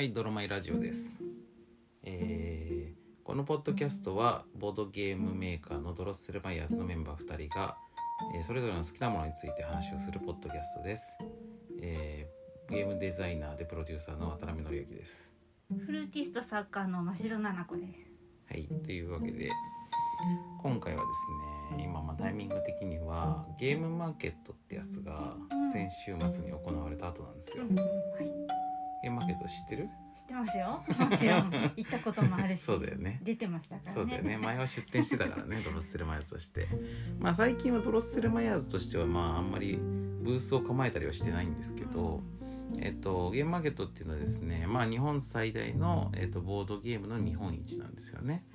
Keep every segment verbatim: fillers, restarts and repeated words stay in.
はい、ドロマイラジオです、えー、このポッドキャストはボードゲームメーカーのドロッセルマイヤーズのメンバーふたりが、えー、それぞれの好きなものについて話をするポッドキャストです、えー、ゲームデザイナーでプロデューサーの渡辺則之です。 フルーティスト作家の真城奈々子です。 はい、というわけで今回はですね、今まあタイミング的にはゲームマーケットってやつが先週末に行われた後なんですよ、 うんうん、はい、 ゲームマーケット知ってる？ 知ってますよ。もちろん行ったこともあるしそうだよね、 出てましたからね。 そうだよね、前は出店してたからねドロッセルマイヤーズとして。まあ最近はドロッセルマイヤーズとしてはまああんまりブースを構えたりはしてないんですけど、えっと、ゲームマーケットっていうのはですね、まあ日本最大の、えっと、ボードゲームの見本市なんですよね、はい、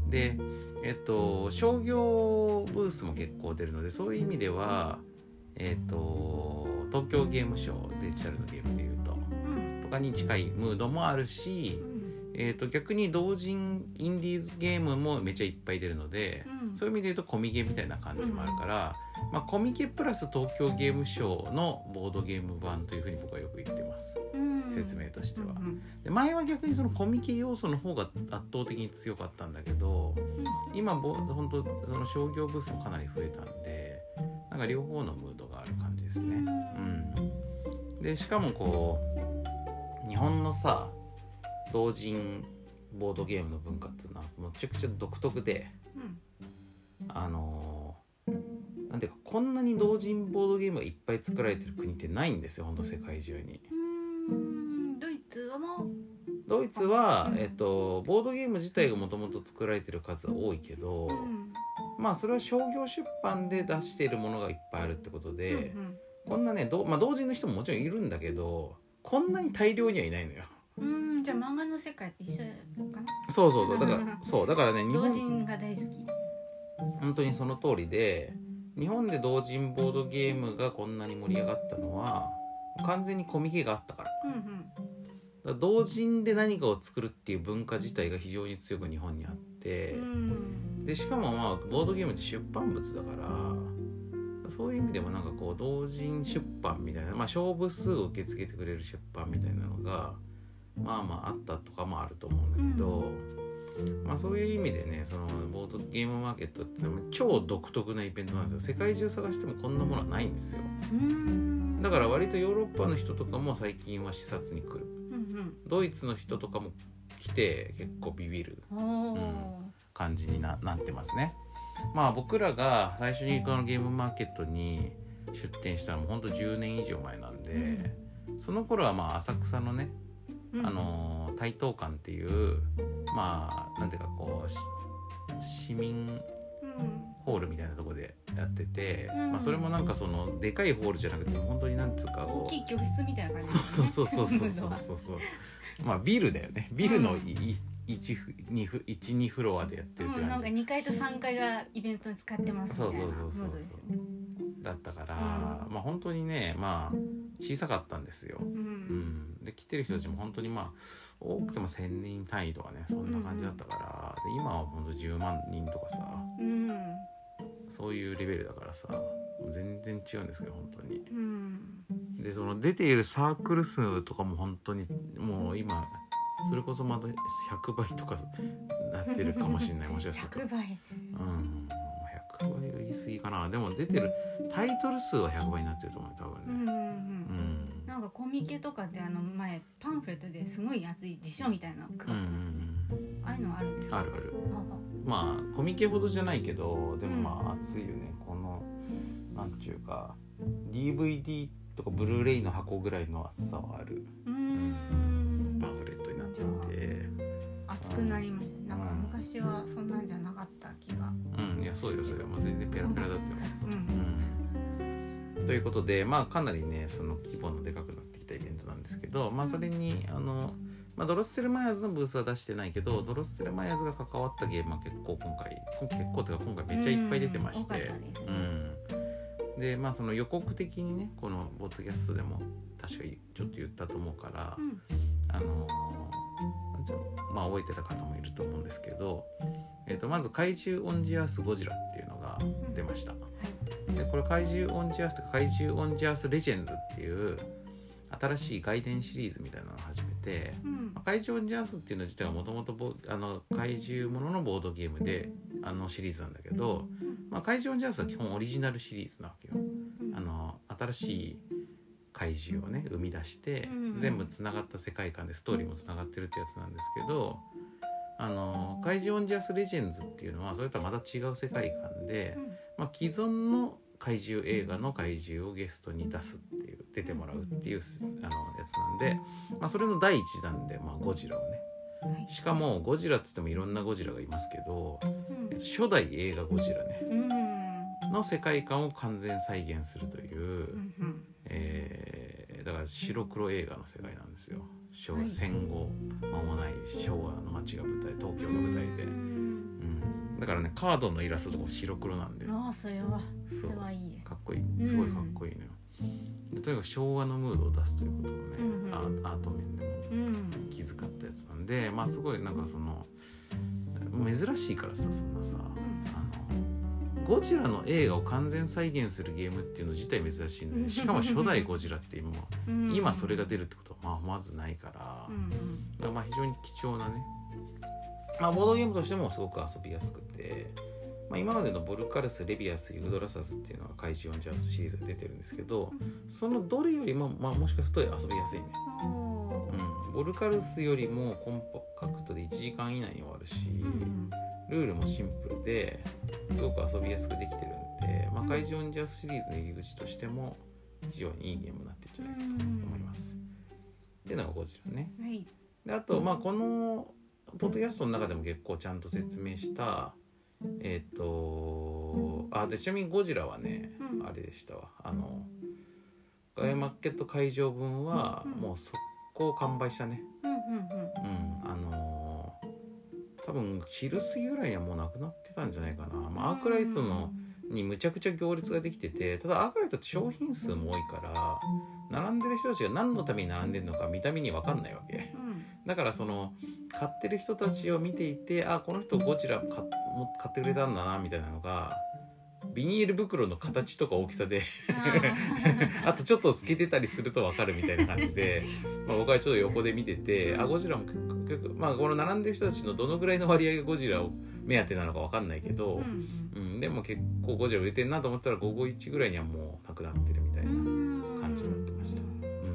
で、えっと、商業ブースも結構出るので、そういう意味では、えっと、東京ゲームショウ、デジタルのゲームでいうと、うん、とかに近いムードもあるし、うん、えっと、逆に同人インディーズゲームもめちゃいっぱい出るので、うん、そういう意味で言うとコミケみたいな感じもあるから、うん、まあ、コミケプラス東京ゲームショウのボードゲーム版というふうに僕はよく言ってます、うん、説明としては、うん、で前は逆にそのコミケ要素の方が圧倒的に強かったんだけど、うん、今ぼ本当その商業ブースもかなり増えたんで、なんか両方のムードがある感じですね、うん、でしかもこう日本のさ同人ボードゲームの文化っていうのはめちゃくちゃ独特で、うん、あのなんていうか、こんなに同人ボードゲームがいっぱい作られてる国ってないんですよ、本当世界中に。 うーん、ドイツはもドイツは、えっと、ボードゲーム自体がもともと作られてる数は多いけど、うん、まあそれは商業出版で出しているものがいっぱいあるってことで、うんうん、こんなねど、まあ、同人の人ももちろんいるんだけど、こんなに大量にはいないのよ。 うーん、じゃあ漫画の世界って一緒かな。 そうそうそう、だからそうだからね、日本同人が大好き。 本当にその通りで、日本で同人ボードゲームがこんなに盛り上がったのは完全にコミケがあったから、うんうん、だから同人で何かを作るっていう文化自体が非常に強く日本にあって、うん、でしかもまあボードゲームって出版物だから、そういう意味でもなんかこう同人出版みたいな、まあ、勝負数を受け付けてくれる出版みたいなのがまあまああったとかもあると思うんだけど、うん、まあそういう意味でね、そのボードゲームマーケットってのは超独特なイベントなんですよ。世界中探してもこんなものはないんですよ。うーん、だから割とヨーロッパの人とかも最近は視察に来る、うんうん、ドイツの人とかも来て結構ビビる、うん、感じに な, なってますね。まあ僕らが最初にこのゲームマーケットに出店したのもほんとじゅうねん以上前なんで、うん、その頃はまあ浅草のね、あの台東館っていうまあなんていうかこう市民ホールみたいなところでやってて、うん、まあ、それもなんかそのでかいホールじゃなくて本当になんつうか大きい教室みたいな感じ、 ね、そうそうそうそうそうそうそうまあビルだよね、ビルのい、うん、いち、にフロアでやってるって感じ、うん、 なんかにかいとさんがいがイベントに使ってますみたいな。そうそうそうそうそうだったから、うん、まあ本当にね、まあ小さかったんですよ、うんうん、で来てる人たちも本当にまあ多くてもせんにん単位とかね、そんな感じだったから、うん、で今は本当じゅうまんにんとかさ、うん、そういうレベルだからさ、全然違うんですけど本当に、うん、でその出ているサークル数とかも本当にもう今それこそまたひゃくばいとかなってるかもしれないもしかするとひゃくばい、うん、ひゃくばいは言い過ぎかな。でも出てるタイトル数はひゃくばいになってると思う多分ね、うんうんうん、 なんかコミケとかってあの前パンフレットですごい安い辞書みたいなの配ってます、うんうん、ああいうのあるんですか？ あるある。まあコミケほどじゃないけど、でもまあ熱いよね、このなんちゅうか ディーブイディー とかブルーレイの箱ぐらいの厚さはある、うーん、パンフレットになってて熱くなりました。なんか昔はそんなんじゃなかった気が、 うん、いやそうよそれはもう全然ペラペラだって思った、うんうん、ということでまあかなりねその規模のでかくなってきたイベントなんですけど、まあそれにあのまあ、ドロッセルマイヤーズのブースは出してないけど、ドロッセルマイヤーズが関わったゲームは結構今回結構というか今回めっちゃいっぱい出てまして、うん、でまあその予告的にねこのポッドキャストでも確かにちょっと言ったと思うから、うん、あのまあ覚えてた方もいると思うんですけど、えーとまず怪獣オンジアースゴジラっていうのが出ました、うん、はい、でこれ怪獣オンジアースとか怪獣オンジアースレジェンズっていう新しい外伝シリーズみたいなのを始めて、 うんまあ、怪獣オンジャースっていうの自体はもともと怪獣もののボードゲームであのシリーズなんだけど、まあ、怪獣オンジャースは基本オリジナルシリーズなわけよ。あの新しい怪獣をね生み出して、 うん、 全部つながった世界観でストーリーもつながってるってやつなんですけど、あの怪獣オンジャースレジェンズっていうのはそれとはまた違う世界観で、 うんまあ、既存の怪獣映画の怪獣をゲストに出すっていう出てもらうっていうあのやつなんで、まあ、それの第一弾で、まあ、ゴジラをね、 はい、 しかもゴジラっつってもいろんなゴジラがいますけど、 うん、 初代映画ゴジラね、 うん、 の世界観を完全再現するという、 うんうん、 えー、だから白黒映画の世界なんですよ。昭和、 はい、 戦後間もない昭和の街が舞台、東京が舞台で、うん、だからねカードのイラストとかも白黒なんで、 ああそれはそれはいいです。 かっこいい、すごいかっこいいのよ、うん、でとにかく昭和のムードを出すということをね、うんうん、アー、アート面でも気遣ったやつなんで、まあすごいなんかその珍しいからさ、そんなさ、うん、あのゴジラの映画を完全再現するゲームっていうの自体珍しいんで、しかも初代ゴジラって今今それが出るってことはまあまずないから、うんうん、だからまあ非常に貴重なね、まあ、ボードゲームとしてもすごく遊びやすくて、まあ、今までのボルカルス、レビアス、ユグドラサスっていうのが怪獣オンジャースシリーズで出てるんですけど、そのどれよりも、まあ、もしかすると遊びやすいね、うん、ボルカルスよりもコンパクトでいちじかん以内に終わるし、ルールもシンプルですごく遊びやすくできてるんで、まあ、怪獣オンジャースシリーズの入り口としても非常にいいゲームになってるんじゃないかと思います。っていうのがゴジラね、はい、であとまあこのポッドキャストの中でも結構ちゃんと説明したえっ、ー、とあでちなみにゴジラはね、うん、あれでしたわ、あのガイマーケット会場分はもう速攻完売したね、うんうんうんうん、あの多分昼過ぎぐらいにはもうなくなってたんじゃないかな、まあ、アークライトのにむちゃくちゃ行列ができてて、ただアークライトって商品数も多いから並んでる人たちが何のために並んでるのか見た目に分かんないわけ、うん、だからその買ってる人たちを見ていて、あこの人ゴジラ 買, 買ってくれたんだなみたいなのがビニール袋の形とか大きさであとちょっと透けてたりすると分かるみたいな感じで、まあ、僕はちょっと横で見てて、あゴジラも結構、まあ、この並んでる人たちのどのぐらいの割合がゴジラを目当てなのか分かんないけど、うんうん、でも結構ゴジラ売れてんなと思ったら午後いちぐらいにはもうなくなってるみたいな感じになってました、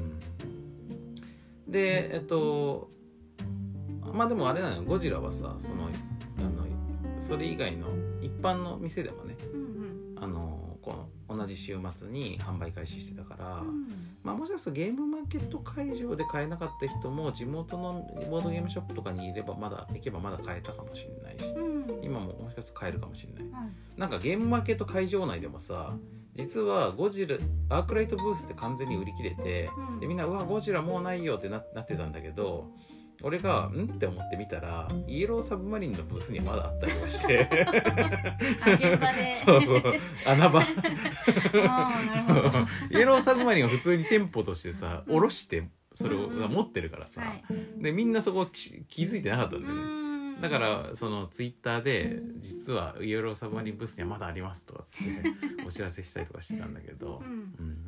うん、でえっとまあでもあれなの、ゴジラはさそのあのそれ以外の一般の店でもね、うんうん、あのこの同じ週末に販売開始してたから、うん、まあもしかしたらゲームマーケット会場で買えなかった人も地元のボードゲームショップとかにいればまだ行けばまだ買えたかもしれないし、うん、今ももしかしたら買えるかもしれない、うん、なんかゲームマーケット会場内でもさ実はゴジラアークライトブースで完全に売り切れて、うん、でみんなうわゴジラもうないよって な, なってたんだけど、俺がんって思ってみたらイエローサブマリンのブースにはまだあったりはして現場でそうそう穴場あなるほどイエローサブマリンは普通に店舗としてさ下ろしてそれを持ってるからさ、うんうんはい、でみんなそこ気づいてなかったんだよね。だからそのツイッターで実はイエローサブマリンブースにはまだありますとかつってお知らせしたりとかしてたんだけど、うん、うん、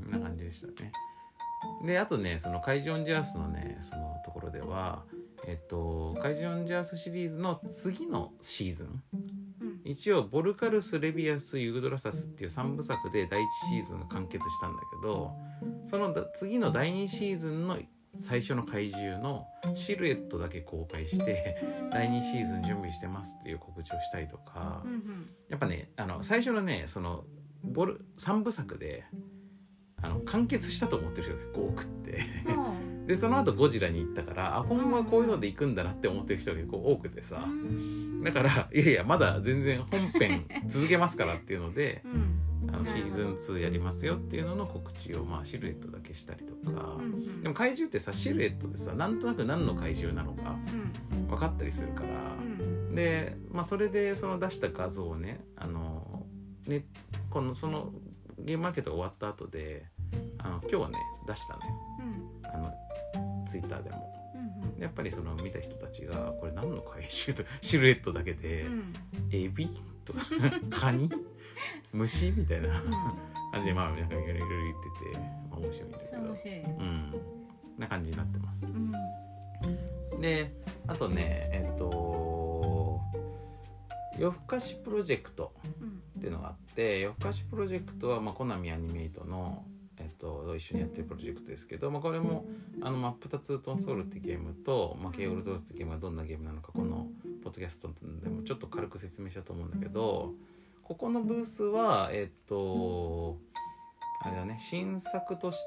こんな感じでしたね。であとねその怪獣オンジャースのねそのところではえっと怪獣オンジャースシリーズの次のシーズン、うん、一応ボルカルス、レビアス、ユグドラサスっていうさんぶさくでだいいちシーズンが完結したんだけど、その次のだいにシーズンの最初の怪獣のシルエットだけ公開してだいにシーズン準備してますっていう告知をしたりとか、うんうん、やっぱねあの最初のねそのボルさんぶさくであの完結したと思ってる人が結構多くってでその後ゴジラに行ったからあ今後はこういうので行くんだなって思ってる人が結構多くてさ、だからいやいやまだ全然本編続けますからっていうので、うん、あのシーズンツーやりますよっていうのの告知を、まあ、シルエットだけしたりとか、うん、でも怪獣ってさシルエットでさなんとなく何の怪獣なのか分かったりするから、うん、で、まあ、それでその出した画像をねあのねこのそのゲームマーケットが終わった後であの今日はね出したのよ、うん、あのツイッターでも、うんうん、やっぱりその見た人たちがこれ何の怪獣とシルエットだけで、うん、エビとかカニ虫みたいな感じでまあなんかいろいろ言ってて、まあ、面白いんだけど面白い、 うんな感じになってます。 うん、 であとねえっと夜更かしプロジェクトっていうのがあって、夜更かしプロジェクトは、まあ、コナミアニメイトの、えっと、一緒にやってるプロジェクトですけど、まあ、これもあのマップタツートンソウルってゲームと、まあ、ケイオルドロスってゲームがどんなゲームなのかこのポッドキャストでもちょっと軽く説明したと思うんだけど、ここのブースはえっとあれだね、新作として、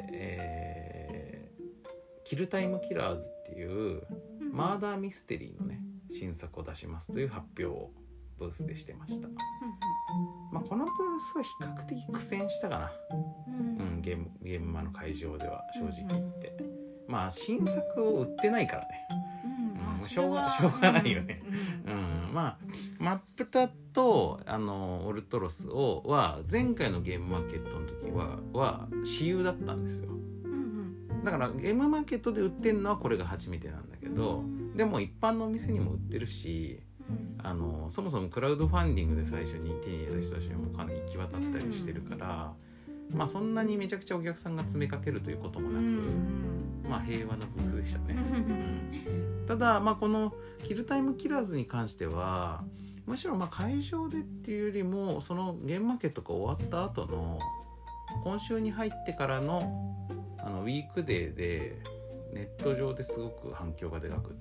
えー、キルタイムキラーズっていうマーダーミステリーのね新作を出しますという発表をブースでしてました。まあ、このブースは比較的苦戦したかな、うんうん、ゲームゲームマの会場では正直言って、まあ新作を売ってないからね、うん、しょうがしょうがないよね、うんうん、まあマップタとあのオルトロスをは前回のゲームマーケットの時はは私有だったんですよ。だからゲームマーケットで売ってるのはこれが初めてなんだけど、でも一般のお店にも売ってるし、あのそもそもクラウドファンディングで最初に手に入れた人たちにもかなり行き渡ったりしてるから、まあそんなにめちゃくちゃお客さんが詰めかけるということもなく、まあ平和なブースでしたね、うん、ただまあこのキルタイムキラーズに関してはむしろまあ会場でっていうよりもそのゲームマーケットが終わった後の今週に入ってからのあのウィークデーでネット上ですごく反響がでかくって、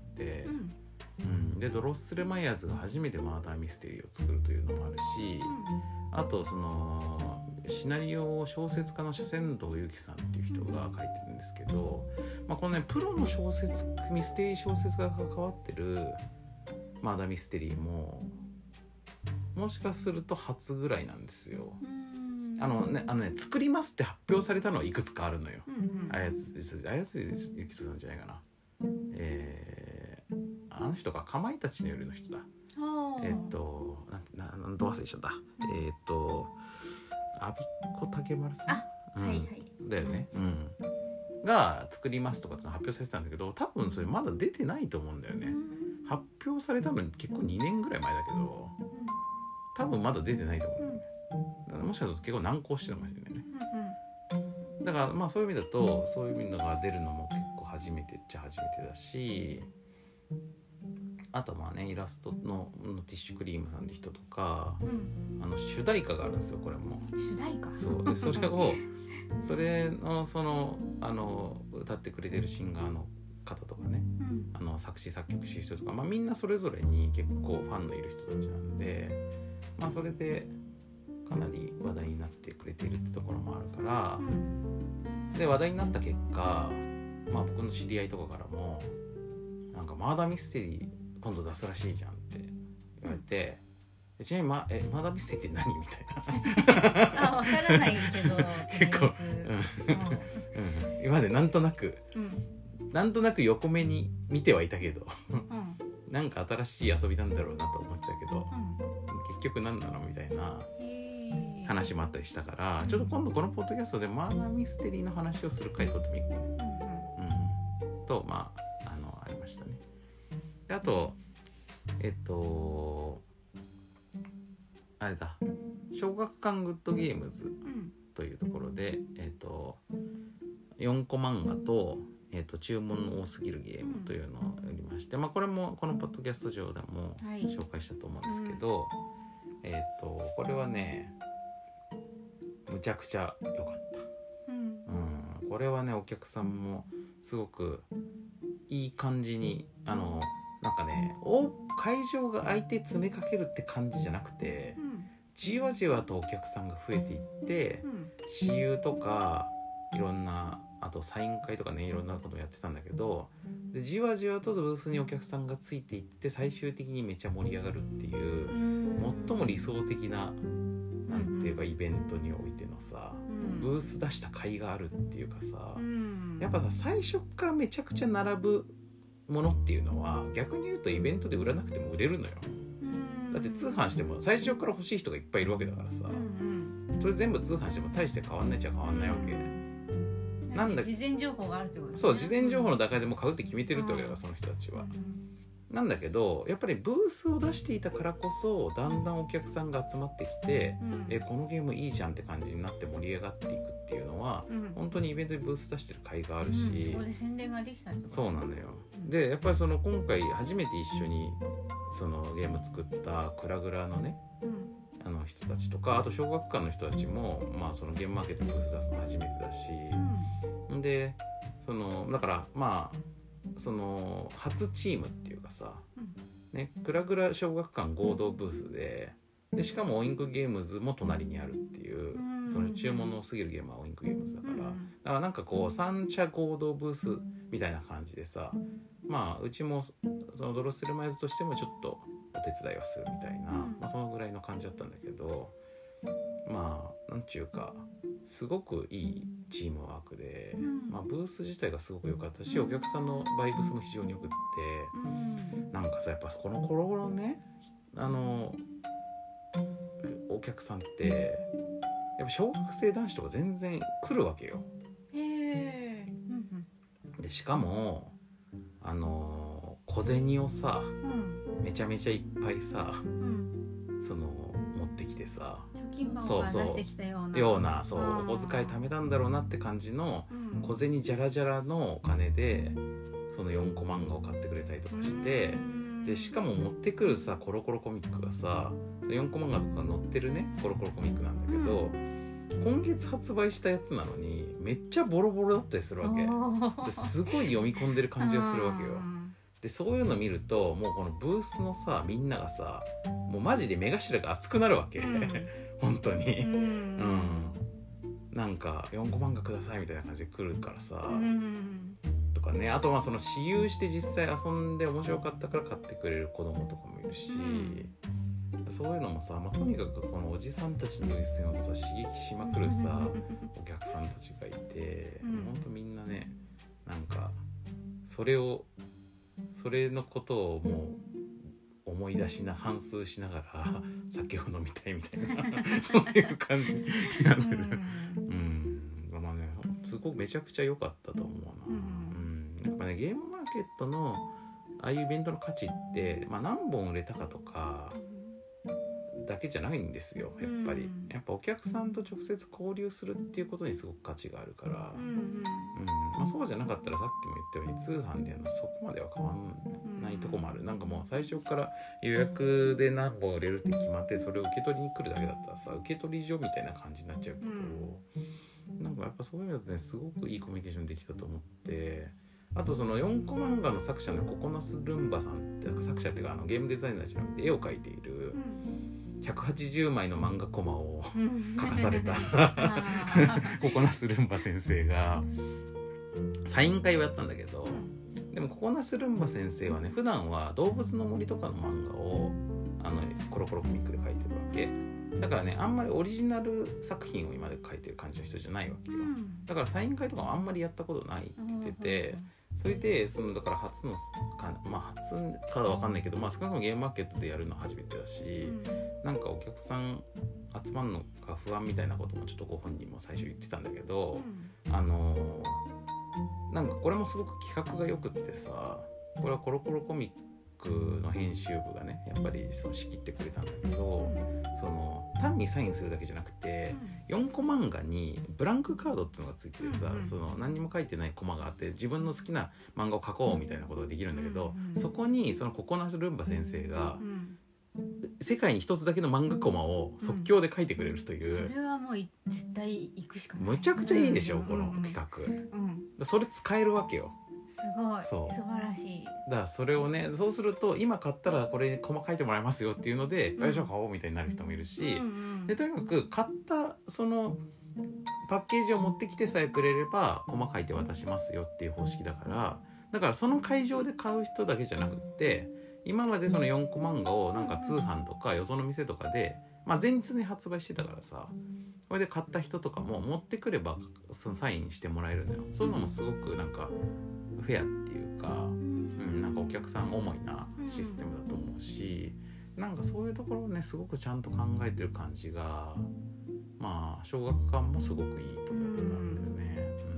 うんうん、でドロッセルマイヤーズが初めてマーダーミステリーを作るというのもあるし、うん、あとそのシナリオを小説家の謝仙道由紀さんっていう人が書いてるんですけど、まあ、このねプロの小説ミステリー小説家が関わってるマーダーミステリーももしかすると初ぐらいなんですよ。あのね、あのね作りますって発表されたのはいくつかあるのよ。あやつあやつゆきとさんじゃないかな。えー、あの人がかまいたちの夜の人だ。えっとなんなんど忘れしちゃった。えっと阿比子竹丸さん。あ、うん、はいはい。だよね。うん。が作りますとかって発表されてたんだけど、多分それまだ出てないと思うんだよね。発表されたのに結構にねんぐらい前だけど、多分まだ出てないと思う。もしかすると結構難航してるかもしれないね、うんうん、だからまあそういう意味だとそういうのが出るのも結構初めてっちゃ初めてだし、あとまあねイラスト の, のティッシュクリームさんって人とか、うん、あの主題歌があるんですよ。これも主題歌そうでそれをそれのそのあの歌ってくれてるシンガーの方とかね、うん、あの作詞作曲してる人とか、まあ、みんなそれぞれに結構ファンのいる人たちなんで、まあそれでかなり話題になってくれているってところもあるから、うん、で話題になった結果、まあ、僕の知り合いとかからもなんかマーダーミステリー今度出すらしいじゃんって言われて、うん、ちなみに、ま、えマーダーミステリーって何みたいなあ分からないけど結構、うんうん、今までなんとなく、うん、なんとなく横目に見てはいたけど、うん、なんか新しい遊びなんだろうなと思ってたけど、うん、結局何なのみたいな話もあったりしたから、ちょっと今度このポッドキャストでマーダーミステリーの話をする回とってもいいかね、うんうん、とまああのありましたね。であとえっとあれだ小学館グッドゲームズというところで、えっとよんこ漫画とえー、と注文の多すぎるゲームというのを売りまして、まあ、これもこのポッドキャスト上でも紹介したと思うんですけど、はい、えー、とこれはねむちゃくちゃ良かった、うんうん、これはねお客さんもすごくいい感じにあのなんかね会場が空いて詰めかけるって感じじゃなくて、うん、じわじわとお客さんが増えていって、うん、私有とかいろんなあとサイン会とかねいろんなことをやってたんだけど、でじわじわとブースにお客さんがついていって最終的にめちゃ盛り上がるっていう最も理想的ななんていうかイベントにおいてのさ、ブース出した甲斐があるっていうかさ、やっぱさ最初からめちゃくちゃ並ぶものっていうのは逆に言うとイベントで売らなくても売れるのよ。だって通販しても最初から欲しい人がいっぱいいるわけだからさ、それ全部通販しても大して変わんないっちゃ変わんないわけ、なんだ事前情報があるってことね。 そう事前情報の段階でもう買うって決めてるってわけだから、その人たちは、 なんだけどやっぱりブースを出していたからこそだんだんお客さんが集まってきて、うん、えこのゲームいいじゃんって感じになって盛り上がっていくっていうのは、うん、本当にイベントにブース出してる甲斐があるし、うん、 そこで宣伝ができたりとかそうなんだよ。でやっぱりその今回初めて一緒にそのゲーム作ったクラグラのね、うん、あの人たちとかあと小学館の人たちも、まあ、そのゲームマーケットブース出すの初めてだし、うん、でそのだからまあその初チームっていうかさ、うんね、クラグラ小学館合同ブース で, でしかもオインクゲームズも隣にあるっていう、うん、その注文の過ぎるゲームはオインクゲームズだから、うん、だからなんかこう三者合同ブースみたいな感じでさ、まあうちもそのドロッセルマイズとしてもちょっとお手伝いはするみたいな、うんまあ、そのぐらいの感じだったんだけど、まあなんちゅうかすごくいいチームワークで、うんまあ、ブース自体がすごく良かったし、うん、お客さんのバイブスも非常に良くって、うん、なんかさやっぱこの頃のねあのお客さんってやっぱ小学生男子とか全然来るわけよ。へー。でしかもあの小銭をさ、うん、めちゃめちゃいっぱいさ、うん、その持ってきてさ貯金箱から出してきたようなようなそうお小遣い貯めたんだろうなって感じの小銭じゃらじゃらのお金でそのよんこ漫画を買ってくれたりとかして、でしかも持ってくるさコロコロコミックがさよんこ漫画とか載ってるねコロコロコミックなんだけど、今月発売したやつなのにめっちゃボロボロだったりするわけですごい読み込んでる感じがするわけよ。でそういうの見るともうこのブースのさみんながさもうマジで目頭が熱くなるわけ、うん、本当に、うんうん、なんかよんこ漫画くださいみたいな感じで来るからさ、うん、とかねあとはその私有して実際遊んで面白かったから買ってくれる子供とかもいるし、うん、そういうのもさ、まあ、とにかくこのおじさんたちの優先をさ刺激しまくるさお客さんたちがいて、うん、ほんとみんなねなんかそれをそれのことをもう思い出しな反芻しながら酒を飲みたいみたいなそういう感じなんで、うん、まあねすごくめちゃくちゃ良かったと思うな、うん、やっぱねゲームマーケットのああいうイベントの価値って、まあ、何本売れたかとかだけじゃないんですよやっぱり、うん、やっぱお客さんと直接交流するっていうことにすごく価値があるから、うんうんまあ、そうじゃなかったらさっきも言ったように通販でのそこまでは変わんないとこもある、うん、なんかもう最初から予約で何本売れるって決まってそれを受け取りに来るだけだったらさ受け取り所みたいな感じになっちゃうけど、うん、なんかやっぱそういうのってねすごくいいコミュニケーションできたと思って、あとそのよんこ漫画の作者のココナスルンバさんってなんか作者っていうかあのゲームデザイナーじゃなくて絵を描いている、うんひゃくはちじゅうまいの漫画コマを書かされたココナスルンバ先生がサイン会をやったんだけど、でもココナスルンバ先生はね普段は動物の森とかの漫画をあのコロコロコミックで書いてるわけだからねあんまりオリジナル作品を今まで書いてる感じの人じゃないわけよ、だからサイン会とかもあんまりやったことないって言ってて、それでそのだから初のかまあ初かは分かんないけど、まあ、少なくともゲームマーケットでやるのは初めてだし、うん、なんかお客さん集まるのが不安みたいなこともちょっとご本人も最初言ってたんだけど、うん、あのなんかこれもすごく企画がよくってさ、これはコロコロコミックの編集部がねやっぱりその仕切ってくれたんだけど、その単にサインするだけじゃなくて、うん、よんこ漫画にブランクカードっていうのがついててさ、うんうん、その何にも書いてないコマがあって自分の好きな漫画を描こうみたいなことができるんだけど、うんうん、そこにそのココナスルンバ先生が、うん、世界に一つだけの漫画コマを即興で書いてくれるという、 うん、それはもう絶対行くしかない。 むちゃくちゃいいでしょ、うん、この企画、うんうん、それ使えるわけよ。 すごいそう素晴らしい。 だからそれをねそうすると今買ったらこれコマ書いてもらえますよっていうので、うん、よいしょ買おうみたいになる人もいるし、うんうん、でとにかく買ったそのパッケージを持ってきてさえくれればコマ書いて渡しますよっていう方式だから、だからその会場で買う人だけじゃなくって今までそのよんこ漫画をなんか通販とかよその店とかで、まあ、前日に発売してたからさ、これで買った人とかも持ってくればそのサインしてもらえるのよ。そういうのもすごくなんかフェアっていうか、うん、なんかお客さん思いなシステムだと思うし、なんかそういうところをねすごくちゃんと考えてる感じがまあ小学館もすごくいいと思ったんだよね、うん、だか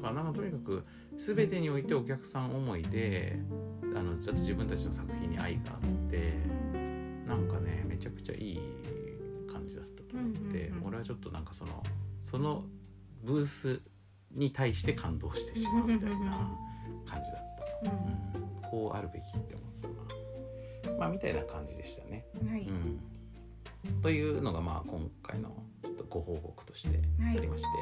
からなんかとにかく全てにおいてお客さん思いであのちょっと自分たちの作品に愛があってなんかねめちゃくちゃいい感じだったと思って、うんうんうん、俺はちょっとなんかそのそのブースに対して感動してしまうみたいな感じだった、うんうん、こうあるべきって思ったな、まあ、みたいな感じでしたね、 はい、 うん、というのがまあ今回のちょっとご報告としてありまして、はい、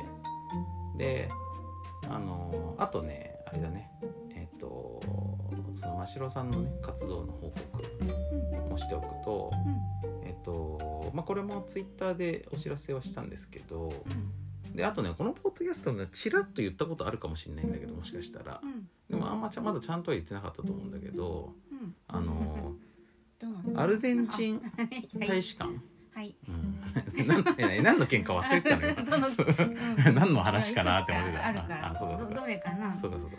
であのあとねあれだねえっ、ー、とその真城さんのね活動の報告もしておくと、うん、えっ、ー、とまあこれもツイッターでお知らせはしたんですけど、うん、であとねこのポッドキャストでチラッと言ったことあるかもしれないんだけどもしかしたら、うん、でもあんまちゃまだちゃんとは言ってなかったと思うんだけど、うん、あのアルゼンチン大使館、はい、うん、何, 何の件か忘れてたのよ何の話かなって思ってた。 あるからあそうかそうか ど, どれかなそうかそうか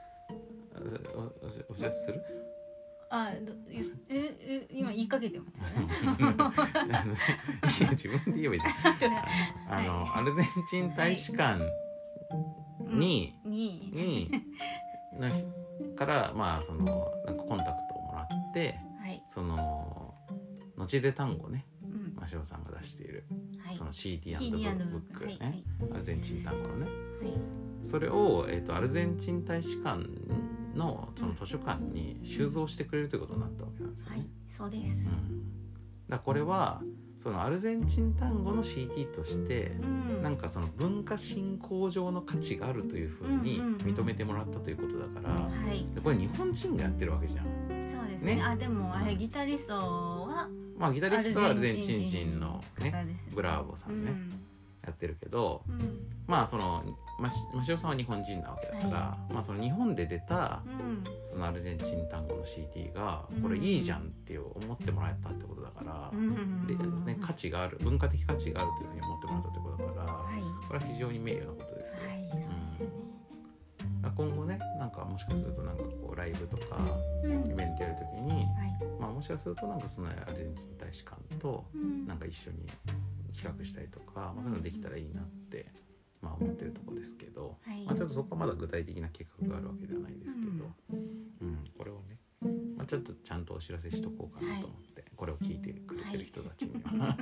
お, お知らせするあどええ今言いかけてますよね自分で言えばいいじゃんあの、はい、アルゼンチン大使館に、はい、に, にのからまあそのなんかコンタクトをもらって、はい、そののちで単語ね真城さんが出している、はい、その シーディー ブックね、はいはい、アルゼンチン単語のね、はい、それを、えーと、アルゼンチン大使館のその図書館に収蔵してくれるということになったわけなんですよね、 はい、そうです、うん、 だからこれはそのアルゼンチン単語の シーディー として、うん、なんかその文化振興上の価値があるというふうに認めてもらったということだから、うんうんうん、でこれ日本人がやってるわけじゃん。 そうですね。ねあでもあれギタリストはまあギタリストはアルゼンチン人のねブラーボさんね、うん、やってるけど、うん、まあその真城さんは日本人なわけだから、はい、まあその日本で出た、うん、そのアルゼンチン単語の シーディー がこれいいじゃんって思ってもらえたってことだから、うんでね、価値がある文化的価値があるというふうに思ってもらったってことだから、はい、これは非常に名誉なことですよ、はいうん、今後ねなんかもしかするとなんかこうライブとかイベントやるときに、はいまあ、もしかするとなんかそのアルゼンチン大使館となんか一緒に企画したりとか、まあ、そういうのできたらいいなってまあ思ってるところですけど、はいまあ、ちょっとそこはまだ具体的な計画があるわけではないですけど、うんうん、これをね、まあ、ちょっとちゃんとお知らせしとこうかなと思って、はい、これを聞いてくれてる人たちには、はい、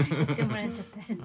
言ってもらっちゃ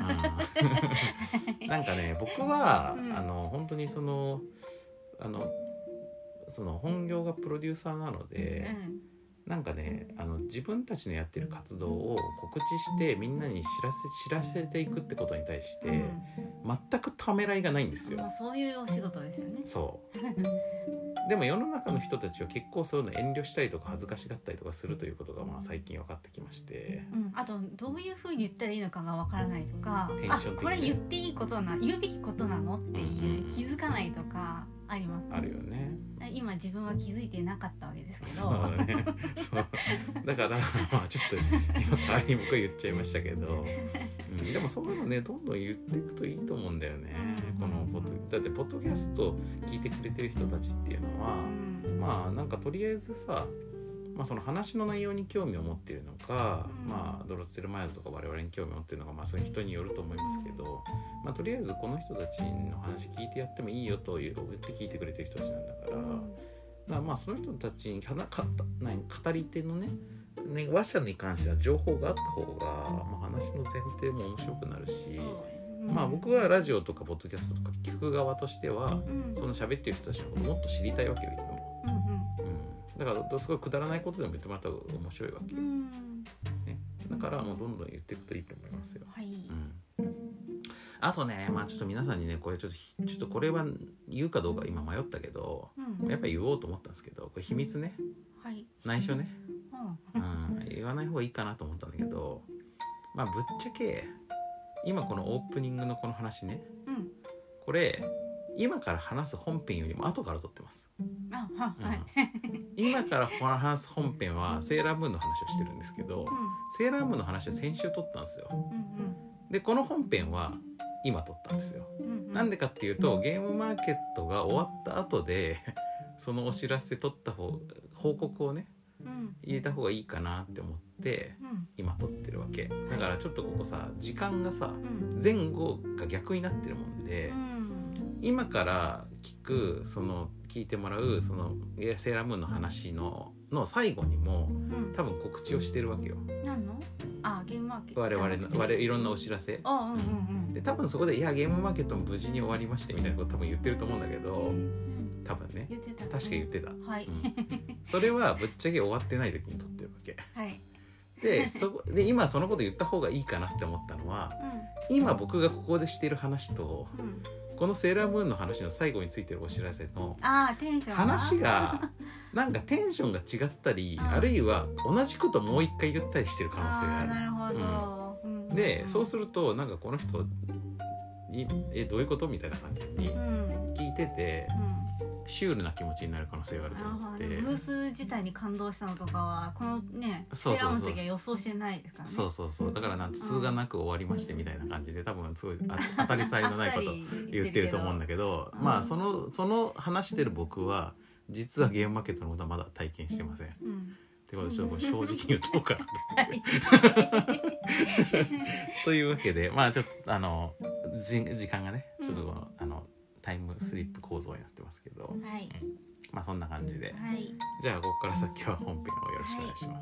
ったなんかね僕は、うん、あの本当にそのあのその本業がプロデューサーなので、うんなんかねあの自分たちのやってる活動を告知してみんなに知らせ知らせていくってことに対して、うん、全くためらいがないんですよ、 まあ、そういうお仕事ですよね。 そうでも世の中の人たちは結構そういうの遠慮したりとか恥ずかしがったりとかするということがまあ最近分かってきまして、 うん、あとどういうふうに言ったらいいのかが分からないとかテンション的に、あこれ言っていいことな言うべきことなのっていう、うんうん、気づかないとかあります、ね、 あるよね。 今自分は気づいてなかったわけですけどそうだねそうだからまあちょっと今代わりに僕は言っちゃいましたけど、うん、でもそういうのねどんどん言っていくといいと思うんだよね、うん、このポッドだってポッドキャスト聞いてくれてる人たちっていうのは、うん、まあなんかとりあえずさまあ、その話の内容に興味を持っているのか、うんまあ、ドロッセルマイヤーズとか我々に興味を持っているのか、まあ、そういう人によると思いますけど、まあ、とりあえずこの人たちの話聞いてやってもいいよと言って聞いてくれてる人たちなんだから、うん、まあ、まあその人たちにかか何語り手のねね話者に関しては情報があった方が、まあ、話の前提も面白くなるし、うんまあ、僕はラジオとかポッドキャストとか聞く側としては、うん、その喋ってる人たちのことをもっと知りたいわけよいつも。だからすごいくだらないことでも言ってもらった方が面白いわけ、うんね、だからもうどんどん言っていくといいと思いますよ、はいうん、あとねまあちょっと皆さんにねこれちょっとちょっとこれは言うかどうか今迷ったけど、うん、やっぱり言おうと思ったんですけどこれ秘密ね、はい、内緒ね、うんうん、言わない方がいいかなと思ったんだけどまあぶっちゃけ今このオープニングのこの話ね、うん、これ今から話す本編よりも後から撮ってます。あは、うんはい、今から話す本編はセーラームーンの話をしてるんですけど、うん、セーラームーンの話は先週撮ったんですよ、うんうん、でこの本編は今撮ったんですよ、うんうん、なんでかっていうとゲームマーケットが終わった後でそのお知らせ撮った方報告をね、うん、入れた方がいいかなって思って今撮ってるわけだからちょっとここさ時間がさ、うん、前後が逆になってるもんで、うん今から聞くその聞いてもらうそのセーラームーンの話のの最後にも、うん、多分告知をしてるわけよ。 何の？あ、ゲームマーケット。 我々の我々いろんなお知らせ。 あ、うんうんうん。 で多分そこでいやゲームマーケットも無事に終わりましてみたいなこと多分言ってると思うんだけど、うん、多分ね。 言ってた。 確か言ってた。 はい。 うん、それはぶっちゃけ終わってない時に撮ってるわけ。 はい。 でそこで今そのこと言った方がいいかなって思ったのは、うん、今僕がここでしている話と。うん、このセーラームーンの話の最後についてるお知らせの話がなんかテンションが違ったり、あるいは同じこともう一回言ったりしてる可能性がある。 なるほど、 うん、で、うん、そうするとなんかこの人にえどういうことみたいな感じに聞いてて、うん、シュールな気持ちになる可能性があると思って。 ブース自体に感動したのとかはこのねセーラームーンの時は予想してないですからね。 そうそうそう、だからなんつがなく終わりましてみたいな感じで多分すごい当たり障りのないこと言ってると思うんだけど、まあそのその話してる僕は実はゲームマーケットのことはまだ体験してません。うん、ってことでちょっと正直言うとうかなと思ってというわけでまあちょっとあの時間がねちょっとこの、うん、あのタイムスリップ構造になってますけど、はい、うん、まあそんな感じで、はい、じゃあここから先は本編をよろしくお願いします。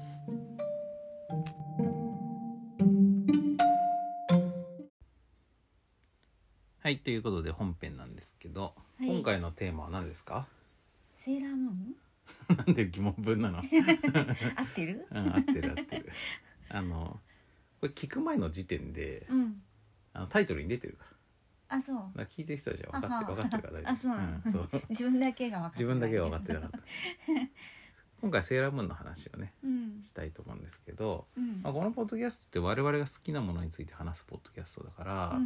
はい、はい、ということで本編なんですけど、はい、今回のテーマは何ですか？ セーラームーンなんで疑問文なの？合ってる？ うん、合ってる合ってる。あのこれ聞く前の時点で、うん、あのタイトルに出てるから。 あ、そう。 だ聞いてる人たちは分かってる分かってるから大丈夫。 あ、そうなの、うん、そう自分だけが分かって自分だけが分かってなかった。今回セーラームーンの話をね、うん、したいと思うんですけど、うんまあ、このポッドキャストって我々が好きなものについて話すポッドキャストだから、うんうん、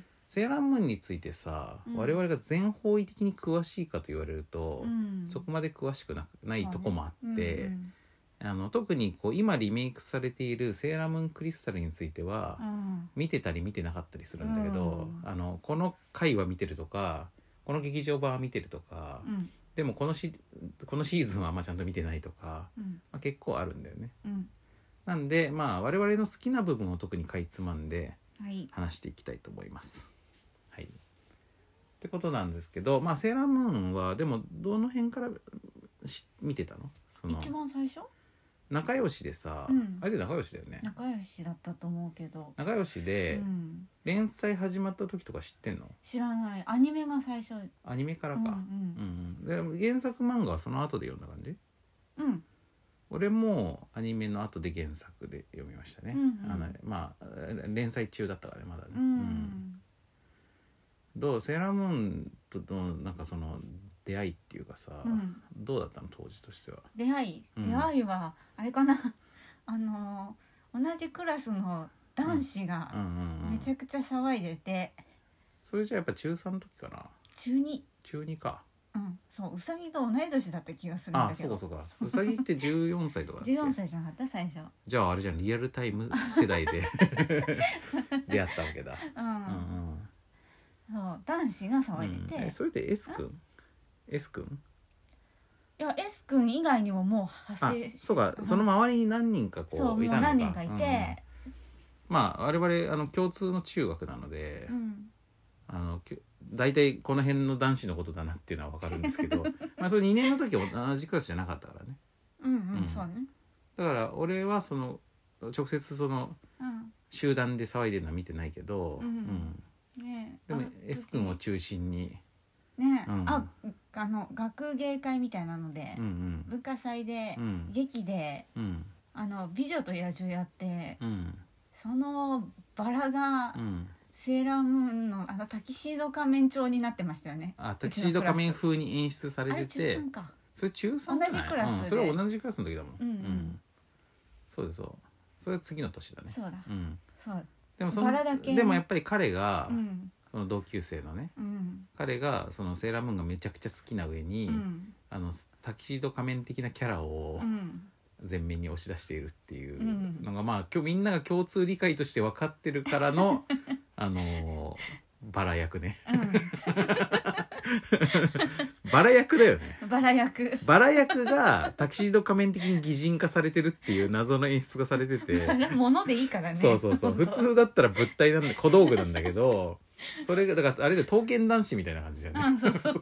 セーラームーンについてさ、うん、我々が全方位的に詳しいかと言われると、うん、そこまで詳しく な, ないとこもあって、うんうんあの特にこう今リメイクされているセーラームーンクリスタルについては、うん、見てたり見てなかったりするんだけど、うん、あのこの回は見てるとかこの劇場版は見てるとか、うん、でもこのシこのシーズンはあんまちゃんと見てないとか、うんまあ、結構あるんだよね、うん、なんでまあ我々の好きな部分を特にかいつまんで話していきたいと思います、はい、ってことなんですけど、まあセーラームーンはでもどの辺から見てたの？その一番最初仲良しでさ、うん、あれで仲良しだよね。 仲良しだったと思うけど仲良しで、うん、連載始まった時とか知ってんの？ 知らない。アニメが最初。 アニメからか、うんうんうん、で原作漫画はその後で読んだ感じ？うん俺もアニメの後で原作で読みましたね、うんうん、あのまあ連載中だったからねまだね、うんうん、どうセーラームーンとのなんかその出会いっていうかさ、うん、どうだったの当時としては？ 出会い、うん、出会いはあれかなあの同じクラスの男子がめちゃくちゃ騒いでて、うんうんうん、 それじゃやっぱ中さんの時かな？ 中に中にか。 うん、そううさぎと同い年だった気がするんだけど。 あ、そうかそうか。うさぎってじゅうよんさいとかだっけ？ じゅうよんさいじゃなかった最初。 じゃああれじゃんリアルタイム世代で出会ったわけだ。うんうんうん、 そう男子が騒いでて、 うん、えそれで S 君？S 君？ いや S 君以外にももう派生して、 そうか、その周りに何人かこういたのか。そうもう何人かいて、うん、 まあ我々あの共通の中学なので、うん、あの大体この辺の男子のことだなっていうのは分かるんですけどまあそれにねんの時は同じクラスじゃなかったからね。 うんうん、うん、そうね。 だから俺はその直接その集団で騒いでるのは見てないけど、うんうんね、でも S 君を中心にね、うん、ああの学芸会みたいなので、うんうん、文化祭で、うん、劇で、うん、あの美女と野獣やって、うん、そのバラが、うん、セーラームーン の, あのタキシード仮面調になってましたよね。 あタキシード仮面風に演出されてて、あれ中さんか。それ中さんじゃない？ 同じクラスで、うん、 それは同じクラスの時だもん、うんうんうん、そうですそうそれは次の年だね。 そうだ、 うん、 そうでもそのバラだけ、ね、でもやっぱり彼が、うんその同級生のね、うん、彼がそのセーラームーンがめちゃくちゃ好きな上に、うん、あのタキシード仮面的なキャラを前面に押し出しているっていうのが、うん、まあ今日みんなが共通理解として分かってるからのあのー、バラ役ね、うん、バラ役だよね。 バラ役バラ役がタキシード仮面的に擬人化されてるっていう謎の演出がされてて物でいいからね。 そうそうそう普通だったら物体なんだ小道具なんだけどそれがだからあれで刀剣男子みたいな感じじゃね、 うん、そうそう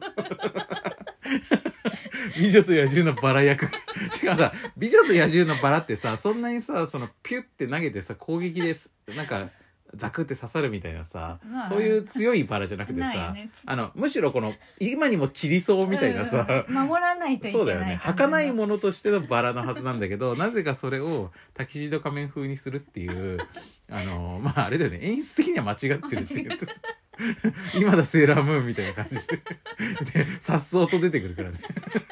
美女と野獣のバラ役しかもさ美女と野獣のバラってさそんなにさそのピュッて投げてさ攻撃ですなんかザクって刺さるみたいなさ、まあ、そういう強いバラじゃなくてさ、ね、あのむしろこの今にも散りそうみたいなさ、 うん、守らないといけない、 そうだよね、儚いものとしてのバラのはずなんだけどなぜかそれをタキシード仮面風にするっていうあのまああれだよね、演出的には間違ってるっていう今だセーラームーンみたいな感じでさっそうと出てくるからね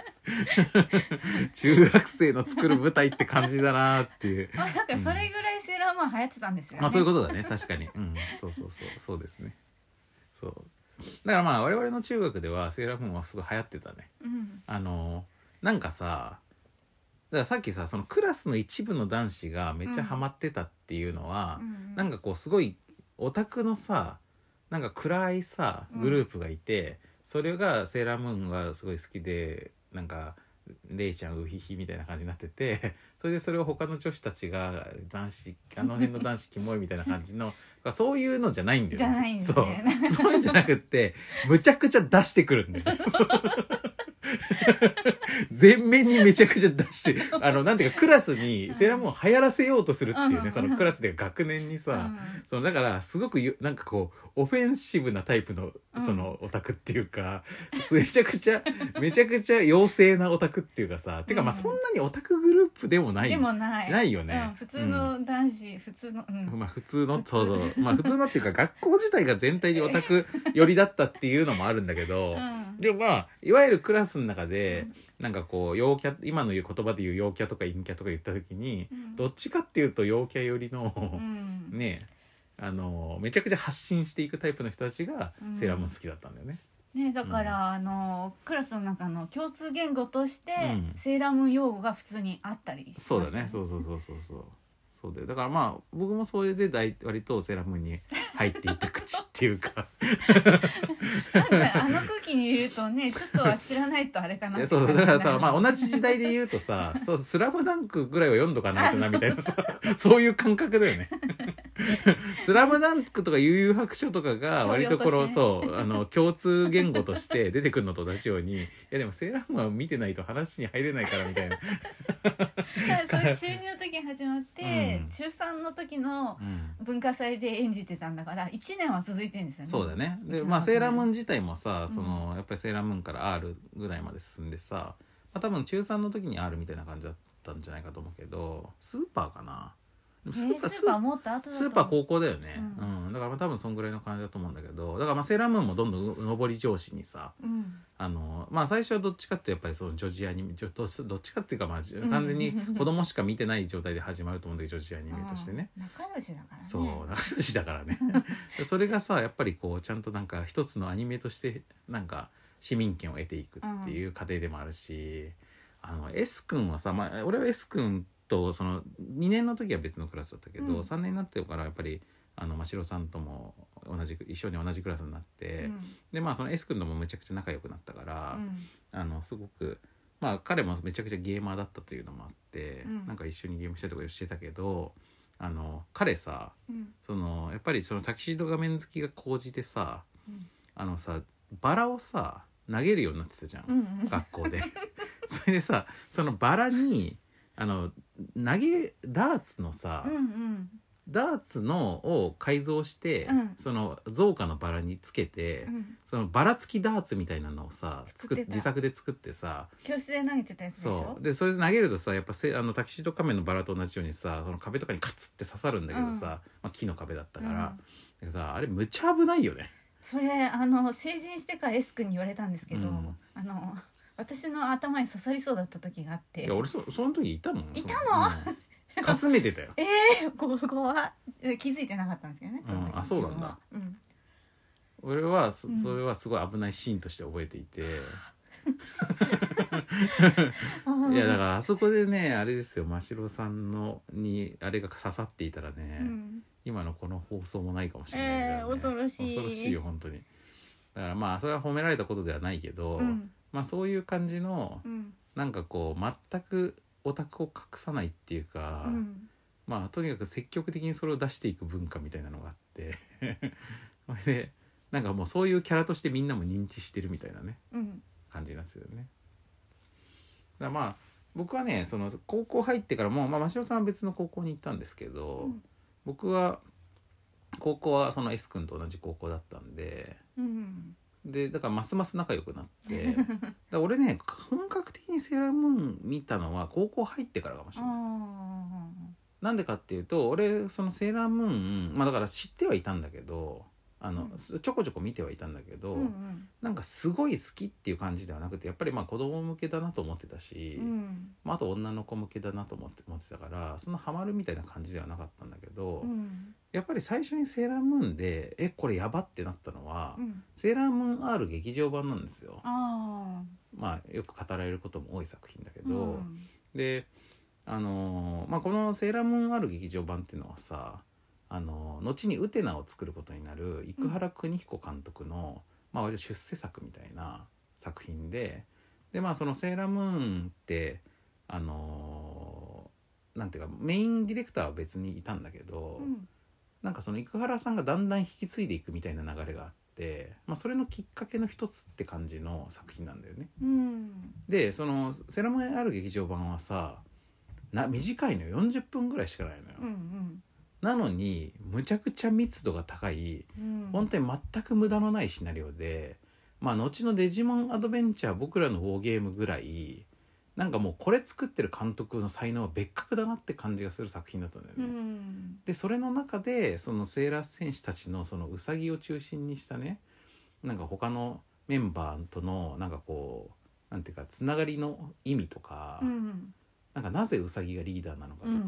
中学生の作る舞台って感じだなっていう、 まあ、なんかそれぐらいセーラームーン流行ってたんですよね、 まあそういうことだね、確かに、うん、そうそうそうそうですね。そうだからまあ我々の中学ではセーラームーンはすごい流行ってたね、 うん、 あのなんかさだからさっきさそのクラスの一部の男子がめっちゃハマってたっていうのは、うん、なんかこうすごいオタクのさなんか暗いさグループがいて、うん、それがセーラームーンがすごい好きでなんかレイちゃんウヒヒみたいな感じになってて、それでそれを他の女子たちが男子あの辺の男子キモいみたいな感じのそういうのじゃないんだよね。 じゃないんですね。 そうそういうんじゃなくってむちゃくちゃ出してくるんだよね全面にめちゃくちゃ出してあのなんていうかクラスにセーラームーンを流行らせようとするっていうね、そのクラスで学年にさ、そのだからすごくなんかこうオフェンシブなタイプのそのオタクっていうか、めちゃくちゃめちゃくちゃ妖精なオタクっていうかさ、ていうかまあそんなにオタクグループでもないでもないないよね、 うん、普通の男子、うん、普通の、うん、 まあ普通のそうそうまあ普通のっていうか学校自体が全体にオタク寄りだったっていうのもあるんだけど、うん、でもまあいわゆるクラスの中で、うん、なんかこう陽キャ今の言う言葉で言う陽キャとか陰キャとか言った時に、うん、どっちかっていうと陽キャ寄りの、うん、ねあのめちゃくちゃ発信していくタイプの人たちがセーラームーン好きだったんだよね。 ね、だから、うん、あのクラスの中の共通言語として、うん、セーラームーン用語が普通にあったりしました、ね、 そうだねそうそうそうそうそうそうでだからまあ僕もそれで大割とセーラームーンに入っていった口っていうかなんかあの空気にいるとねちょっとは知らないとあれかなってそうだからさ、まあ、同じ時代で言うとさそうスラムダンクぐらいは読んどかないとなみたいなさそういう感覚だよねスラムダンクとか悠々白書とかが割とこの、ね、そうあの共通言語として出てくるのと同じようにいやでもセーラームーンは見てないと話に入れないからみたいなそれ中にの時に始まって、うん、中さんの時の文化祭で演じてたんだからいちねんは続いてるんですよね。 そうだね。で、まあ、セーラームーン自体もさその、うん、やっぱりセーラームーンから R ぐらいまで進んでさ、まあ、多分中さんの時に R みたいな感じだったんじゃないかと思うけどスーパーかなスーパー、スーパーもっと後だとスーパー高校だよね、うんうん、だから多分そんぐらいの感じだと思うんだけどだからまあセーラームーンもどんどん上り調子にさ、うん、あのまあ最初はどっちかってやっぱりその女児アニメどっちかっていうかまあ完全に子供しか見てない状態で始まると思うんだけど女児アニメとしてね仲良しだからねそう仲良しだからねそれがさやっぱりこうちゃんとなんか一つのアニメとしてなんか市民権を得ていくっていう過程でもあるし、うん、あの S 君はさ、まあ、俺は S 君とそのにねんの時は別のクラスだったけど、うん、さんねんになってからやっぱりあの真城さんとも同じ一緒に同じクラスになって、うん、でまあその S 君ともめちゃくちゃ仲良くなったから、うん、あのすごくまあ彼もめちゃくちゃゲーマーだったというのもあって、うん、なんか一緒にゲームしたりとかしてたけどあの彼さ、うん、そのやっぱりそのタキシード画面好きが高じてさ、うん、あのさバラをさ投げるようになってたじゃん、うんうん、学校でそれでさそのバラにあの投げダーツのさ、うんうん、ダーツのを改造して、うん、その造花のバラにつけて、うん、そのバラ付きダーツみたいなのをさ作っ自作で作ってさ教室で投げてたやつでしょ。 そうでそれで投げるとさやっぱせあのタキシード仮面のバラと同じようにさその壁とかにカツって刺さるんだけどさ、うんまあ、木の壁だったから、うん、だからさあれむちゃ危ないよね。 それあの成人してから S 君に言われたんですけど、うん、あの私の頭に刺さりそうだった時があって。 いや俺 そ, その時いたもん。 いたの、 うん、かすめてたよ。 ええー、ここは気づいてなかったんですよね。 うん、あそうなんだ、うん、俺は そ, それはすごい危ないシーンとして覚えていて、いやだからあそこでねあれですよ真城さんのにあれが刺さっていたらね、うん、今のこの放送もないかもしれないからね、 えー、恐ろしい恐ろしいよ本当に。だからまあそれは褒められたことではないけど、うん、まあそういう感じの、うん、なんかこう全くオタクを隠さないっていうか、うん、まあとにかく積極的にそれを出していく文化みたいなのがあってそれでなんかもうそういうキャラとしてみんなも認知してるみたいなね、 うん、 感じなんですよね。だからまあ僕はねその高校入ってからも、まあ、真汐さんは別の高校に行ったんですけど、うん、僕は高校はその S 君と同じ高校だったんで、うん、でだからますます仲良くなってだから俺ね本格的にセーラームーン見たのは高校入ってからかもしれない。なんでかっていうと俺そのセーラームーンまあだから知ってはいたんだけどあの、うん、ちょこちょこ見てはいたんだけど、うんうん、なんかすごい好きっていう感じではなくてやっぱりまあ子供向けだなと思ってたし、うんまあ、あと女の子向けだなと思って思ってたからそんなハマるみたいな感じではなかったんだけど、うん、やっぱり最初にセーラームーンでえこれやばってなったのは、うん、セーラームーン R 劇場版なんですよ。あまあよく語られることも多い作品だけど、うん、であのーまあ、このセーラームーン R 劇場版っていうのはさあの後にウテナを作ることになる生原邦彦監督の、うんまあ、割と出世作みたいな作品でで、まあ、そのセーラームーンってあのー、なんていうかメインディレクターは別にいたんだけど、うん、なんかその生原さんがだんだん引き継いでいくみたいな流れがあって、まあ、それのきっかけの一つって感じの作品なんだよね。うん、でそのセーラームーン R 劇場版はさな短いのよよんじゅっぷんぐらいしかないのよ、うんうん、なのにむちゃくちゃ密度が高い、うん、本当に全く無駄のないシナリオでまあ後のデジモンアドベンチャー僕らのウォーゲームぐらいなんかもうこれ作ってる監督の才能は別格だなって感じがする作品だったんだよね、うん、でそれの中でそのセーラー戦士たちのそのウサギを中心にしたねなんか他のメンバーとのなんかこうなんていうかつながりの意味とか、うんなんかなぜウサギがリーダーなのかとか、うんうん、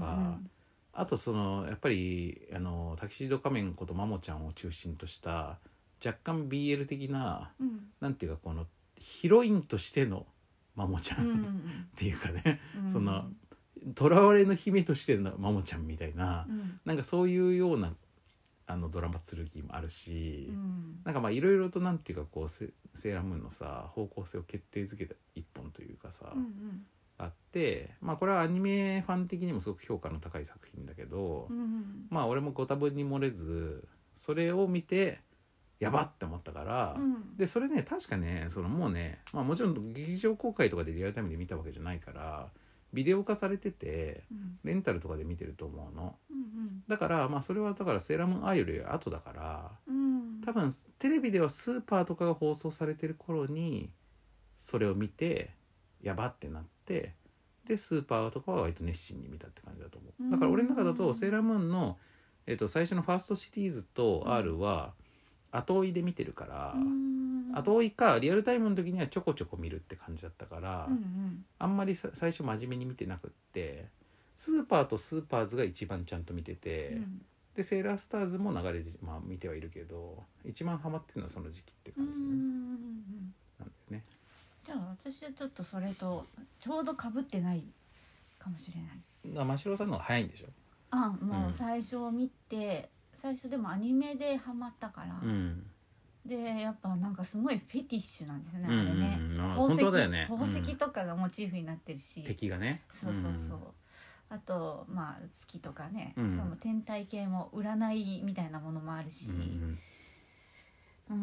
あとそのやっぱりあのタキシード仮面ことマモちゃんを中心とした若干 ビーエル 的な、うん、なんていうかこのヒロインとしてのマモちゃん、うんうん、っていうかね、うん、その囚われの姫としてのマモちゃんみたいな、うん、なんかそういうようなあのドラマ剣もあるし、うん、なんかまあいろいろとなんていうかこう セ, セーラームーンのさ方向性を決定づけた一本というかさ、うんうんあってまあこれはアニメファン的にもすごく評価の高い作品だけど、うん、まあ俺もご多分に漏れずそれを見てやばって思ったから、うん、でそれね確かねそのもうね、まあ、もちろん劇場公開とかでリアルタイムで見たわけじゃないからビデオ化されてて、うん、レンタルとかで見てると思うの、うんうん、だからまあそれはだからセーラームーン アイより後だから、うん、多分テレビではスーパーとかが放送されてる頃にそれを見てやばってなってでスーパーとかは割と熱心に見たって感じだと思う。だから俺の中だとセーラームーンの、えー、と最初のファーストシリーズと R は後追いで見てるから、後追いかリアルタイムの時にはちょこちょこ見るって感じだったから、うんうん、あんまり最初真面目に見てなくってスーパーとスーパーズが一番ちゃんと見てて、うん、でセーラースターズも流れで、まあ、見てはいるけど一番ハマってるのはその時期って感じ、ね、なんだよね。 じゃあ私はちょっとそれとちょうど被ってないかもしれない。 真城さんの方が早いんでしょ。 あもう最初見て、うん、最初でもアニメでハマったから、うん、でやっぱなんかすごいフェティッシュなんですね、うんうん、あれね、うん、宝石、本当だよね、宝石とかがモチーフになってるし、うん、 敵がねそうそうそう、うん、あとまあ月とかね、うん、その天体系も占いみたいなものもあるし、うんうん、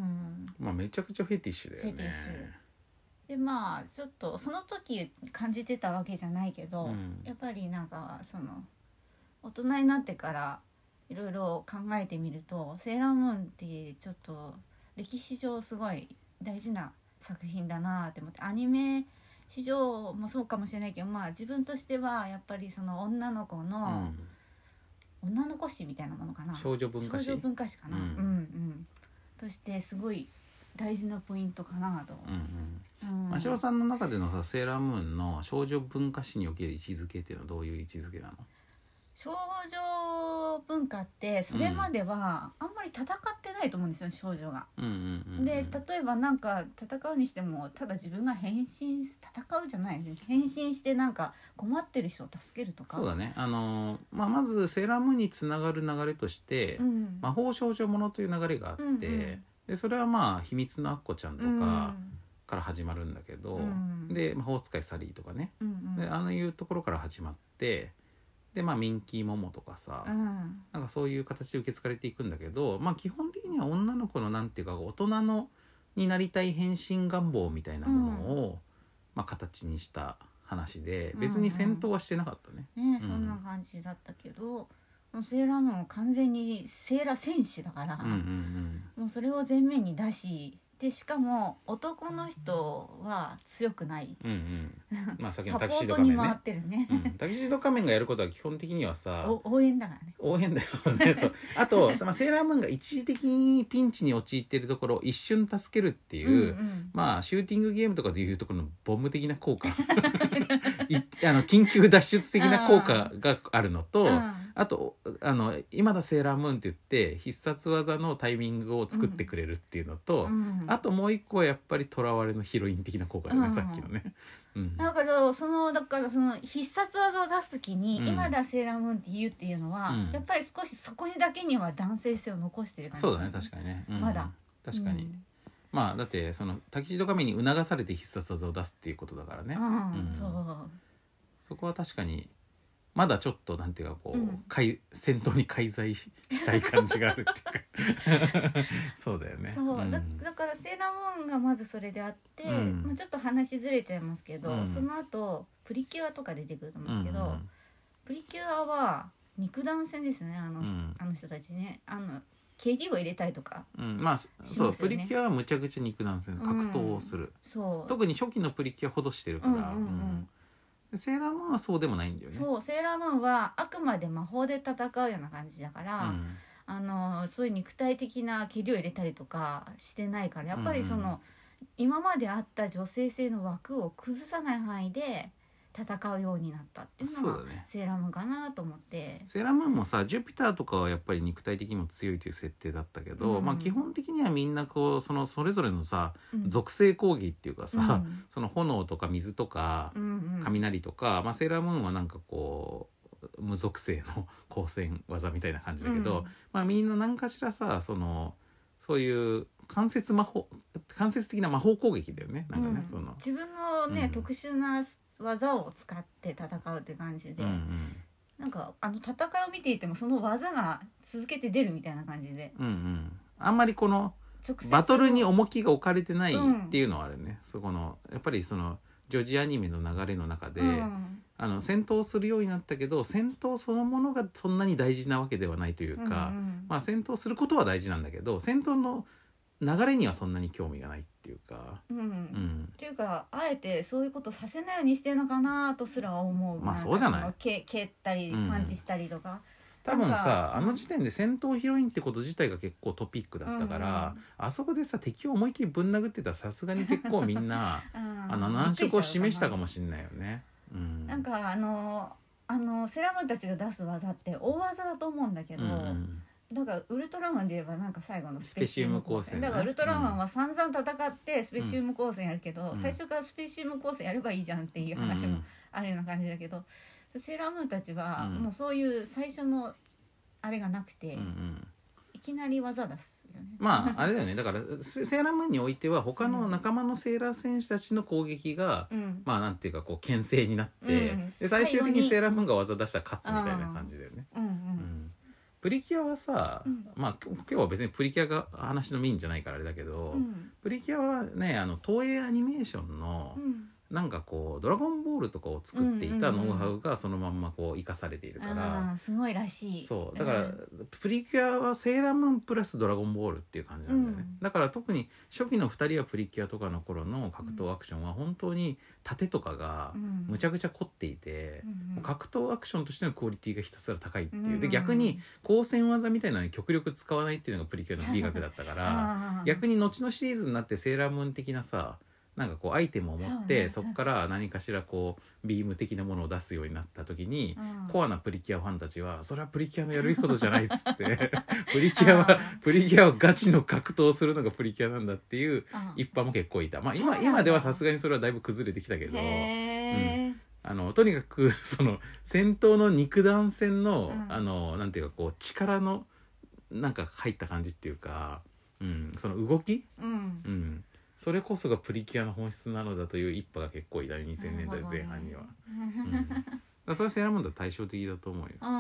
まあめちゃくちゃフェティッシュだよね。フェティッシュでまあちょっとその時感じてたわけじゃないけど、うん、やっぱりなんかその大人になってからいろいろ考えてみるとセーラームーンってちょっと歴史上すごい大事な作品だなって思って、アニメ史上もそうかもしれないけど、まあ自分としてはやっぱりその女の子の、うん、女の子誌みたいなものかな、 少女文化誌少女文化誌かな、うん、うんうんとしてすごい大事なポイントかなと。 うんうんうん、真城さんの中でのさセーラームーンの少女文化史における位置づけっていうのはどういう位置づけなの？ 少女文化ってそれまではあんまり戦ってないと思うんですよ、少女が、うんうんうんうん、で例えばなんか戦うにしてもただ自分が変身戦うじゃない変身してなんか困ってる人を助けるとか。 そうだね、あのーまあ、まずセーラームーンにつながる流れとして、うん、魔法少女ものという流れがあって、うんうん、でそれはまあ秘密のアッコちゃんとかから始まるんだけど、うん、で魔法使いサリーとかね、うんうん、でああいうところから始まってでまあミンキーモモとかさ、 うん、 なんかそういう形で受け継がれていくんだけど、まあ基本的には女の子のなんていうか大人のになりたい変身願望みたいなものを、うん、まあ、形にした話で、別に戦闘はしてなかったね。 うんうん、ね、そんな感じだったけど、もうセーラームーンは完全にセーラー戦士だから、 うんうんうん、 もうそれを前面に出し、でしかも男の人は強くない、 うんうん、まあさっきのサポタキシードートに仮面ね、 回ってるね、 うん、タキシード仮面がやることは基本的にはさ応援だからね、 応援だよねそうあと、まあ、セーラームーンが一時的にピンチに陥っているところを一瞬助けるっていう、うんうん、まあシューティングゲームとかでいうところのボム的な効果いあの緊急脱出的な効果があるのと、うん、あとあの今だセーラームーンって言って必殺技のタイミングを作ってくれるっていうのと、うん、あともう一個はやっぱり囚われのヒロイン的な効果だね、うん、さっきのね、うん、 だからそのだからその必殺技を出すときに、うん、今だセーラームーンって言うっていうのは、うん、やっぱり少しそこにだけには男性性を残してる感じ、 そうだね、確かにね、うん、 まだ確かに、うん、まあだってそのタキシード仮面に促されて必殺技を出すっていうことだからね、 うんうん、そうそこは確かにまだちょっとなんていうかこう、うん、戦闘に介在したい感じがあるっていうかそうだよね、 そう、うん、だ, だからセーラームーンがまずそれであって、うん、まあ、ちょっと話ずれちゃいますけど、うん、その後プリキュアとか出てくると思うんですけど、うんうん、プリキュアは肉弾戦ですね、あの、うん、あの人たちね、あの蹴りを入れたりとか、 うん、まあそうプリキュアはむちゃくちゃ肉弾戦、格闘をする、うん、そう特に初期のプリキュアほどしてるから、うんうんうんうん、セーラームーンはそうでもないんだよね。 そうセーラームーンはあくまで魔法で戦うような感じだから、うん、あのそういう肉体的な蹴りを入れたりとかしてないから、やっぱりその、うんうん、今まであった女性性の枠を崩さない範囲で戦うようになったっていうのがセーラームーンかなと思って、 セーラームーンもさジュピターとかはやっぱり肉体的にも強いという設定だったけど、うん、まあ、基本的にはみんなこうそのそれぞれのさ、うん、属性攻撃っていうかさ、うん、その炎とか水とか、うんうん、雷とか、まあ、セーラームーンはなんかこう無属性の光線技みたいな感じだけど、うん、まあ、みんな何かしらさそのそういう間接魔法間接的な魔法攻撃だよね、なんかね、うん、その自分のね、うん、特殊な技を使って戦うって感じで、うんうん、なんかあの戦いを見ていてもその技が続けて出るみたいな感じで、 うんうん、あんまりこのバトルに重きが置かれてないっていうのはあるね、うん、そこのやっぱりその女児アニメの流れの中で、うん、あの戦闘するようになったけど戦闘そのものがそんなに大事なわけではないというか、うんうん、まあ、戦闘することは大事なんだけど戦闘の流れにはそんなに興味がないっていうか、 うんうん、っていうかあえてそういうことさせないようにしてるのかなとすら思う。 まあそうじゃない、 け蹴ったりパンチしたりとか、 うん、多分さあの時点で戦闘ヒロインってこと自体が結構トピックだったから、うんうん、あそこでさ敵を思いっきりぶん殴ってたらさすがに結構みんなあの難色を示したかもしれないよね、うん、 なんかあのあのセーラームーンたちが出す技って大技だと思うんだけど、うんうん、だからウルトラマンで言えばなんか最後のスペシウム光線、ね、だからウルトラマンは散々戦ってスペシウム光線やるけど、うん、最初からスペシウム光線やればいいじゃんっていう話もあるような感じだけど、うん、セーラームーンたちはもうそういう最初のあれがなくて、うんうん、いきなり技出すよね。 まああれだよね、だからセーラームーンにおいては他の仲間のセーラー戦士たちの攻撃が、うん、まあなんていうかこう牽制になって、うん、で最終的にセーラームーンが技出したら勝つみたいな感じだよね。うんうんうん、プリキュアはさ、うん、まあ今日は別にプリキュアが話のメインじゃないからあれだけど、うん、プリキュアはねあの東映アニメーションの、うん、なんかこうドラゴンボールとかを作っていたノウハウがそのまんまこう生かされているから、 あすごいらしい。 そうだから、うん、プリキュアはセーラームーンプラスドラゴンボールっていう感じなんだよね、うん、だから特に初期のふたりはプリキュアとかの頃の格闘アクションは本当に盾とかがむちゃくちゃ凝っていて、うん、格闘アクションとしてのクオリティがひたすら高いっていう、うん、で逆に光線技みたいなのに極力使わないっていうのがプリキュアの美学だったから逆に後のシリーズになってセーラームーン的なさなんかこうアイテムを持って そ,、ね、そこから何かしらこうビーム的なものを出すようになった時に、うん、コアなプリキュアファンたちはそれはプリキュアのやるべきことじゃないっつってプリキュアはプリキュアをガチの格闘するのがプリキュアなんだっていう一派も結構いた。まあ今今ではさすがにそれはだいぶ崩れてきたけど、うん、あのとにかくその戦闘の肉弾戦の、うん、あのなんていうかこう力のなんか入った感じっていうか、うん、その動き、うんうんそれこそがプリキュアの本質なのだという一派が結構いたにせんねんだいぜん半には、うん、だらそれはセーラームーンと対照的だと思うよ。 うん、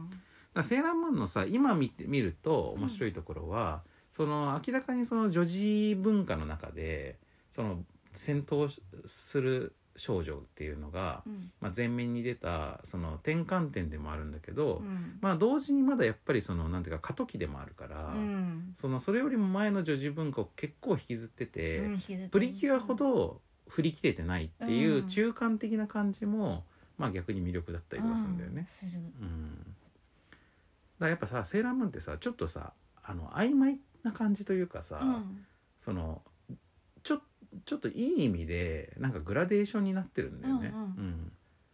だからセーラームーンのさ今見て見ると面白いところは、うん、その明らかにその女児文化の中でその戦闘する少女っていうのが、うんまあ、前面に出たその転換点でもあるんだけど、うん、まあ同時にまだやっぱりそのなんていうか過渡期でもあるから、うん、そのそれよりも前の女児文化を結構引きずってて、うん、プリキュアほど振り切れてないっていう中間的な感じも、まあ逆に魅力だったりとかするんだよね。 うんうん、 だからやっぱさセーラームーンってさちょっとさあの曖昧な感じというかさ、うん、そのちょっとちょっといい意味でなんかグラデーションになってるんだよね、うんうんうん、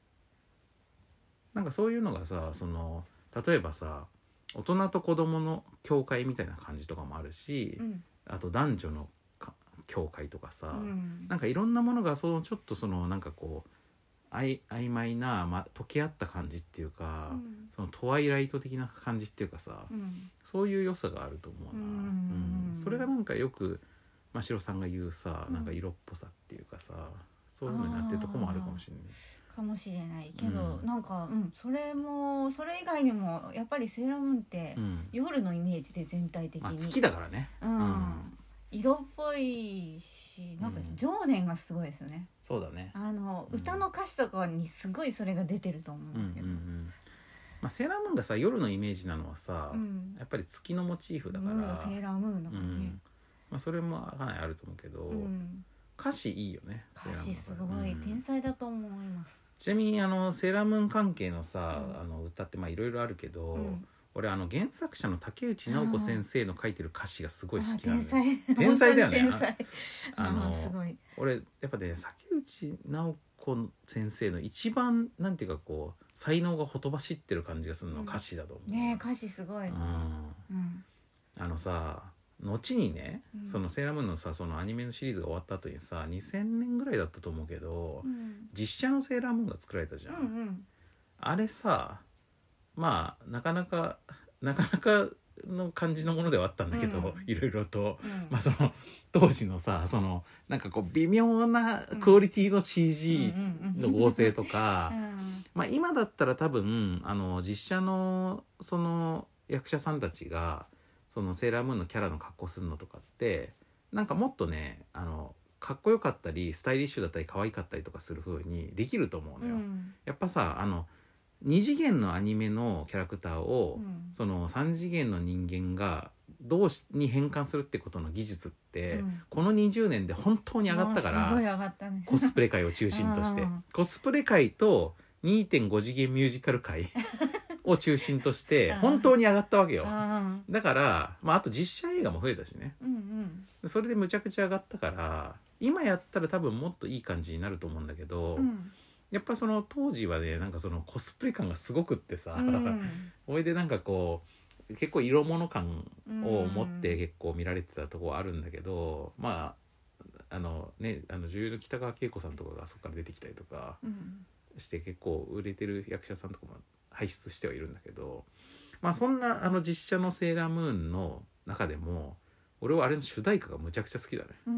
なんかそういうのがさその例えばさ大人と子供の境界みたいな感じとかもあるし、うん、あと男女の境界とかさ、うん、なんかいろんなものがそのちょっとそのなんかこうあい曖昧な、ま、溶け合った感じっていうか、うん、そのトワイライト的な感じっていうかさ、うん、そういう良さがあると思うな、うんうん、それがなんかよく真城さんが言うさなんか色っぽさっていうかさ、うん、そういうのになってるとこもあるかもしれないかもしれないけど、うん、なんか、うん、それもそれ以外にもやっぱりセーラームーンって、うん、夜のイメージで全体的に、まあ、 月だからね、 うんうん、色っぽいしなんか情念がすごいですよね、 うん、そうだねあの、うん、歌の歌詞とかにすごいそれが出てると思うんですけど、うんうんうんまあ、セーラームーンがさ夜のイメージなのはさ、うん、やっぱり月のモチーフだから、うん、 セーラームーンだからね、うんまあ、それもかなりあると思うけど、うん、歌詞いいよね歌詞すごい、うん、天才だと思います。 ちなみにあのセーラームーン関係のさ、うん、あの歌ってまあいろいろあるけど、うん、俺あの原作者の竹内直子先生の書いてる歌詞がすごい好きなんだよ。天才だよね。 天才あのすごい俺やっぱね竹内直子先生の一番なんていうかこう才能がほとばしってる感じがするのは歌詞だと思う、 うん、ね歌詞すごい、うんうん、あのさ後にね、うん、そのセーラームーンのさそのアニメのシリーズが終わった後にさにせんねんぐらいだったと思うけど、うん、実写のセーラームーンが作られたじゃん、うんうん、あれさまあなかなかなかなかの感じのものではあったんだけど、うん、いろいろと、うん、まあその当時のさそのなんかこう微妙なクオリティの シージー の合成とか、まあ今だったら多分あの実写のその役者さんたちがそのセーラームーンのキャラの格好するのとかってなんかもっとねあのかっこよかったりスタイリッシュだったり可愛かったりとかする風にできると思うのよ、うん、やっぱさあのに次元のアニメのキャラクターを、うん、そのさん次元の人間がどうしに変換するってことの技術って、うん、このにじゅうねんで本当に上がったからすごい上がったね、 コスプレ界を中心としてコスプレ界と にてんご 次元ミュージカル界を中心として本当に上がったわけよ。だから、まあ、あと実写映画も増えたしね、うんうん、それでむちゃくちゃ上がったから今やったら多分もっといい感じになると思うんだけど、うん、やっぱその当時はねなんかそのコスプレ感がすごくってさ、うん、おいでなんかこう結構色物感を持って結構見られてたところあるんだけど、うん、まああのねあの女優の北川景子さんとかがそこから出てきたりとかして結構売れてる役者さんとかも輩出してはいるんだけど、まあそんなあの実写のセーラームーンの中でも俺はあれの主題歌がむちゃくちゃ好きだね、うん、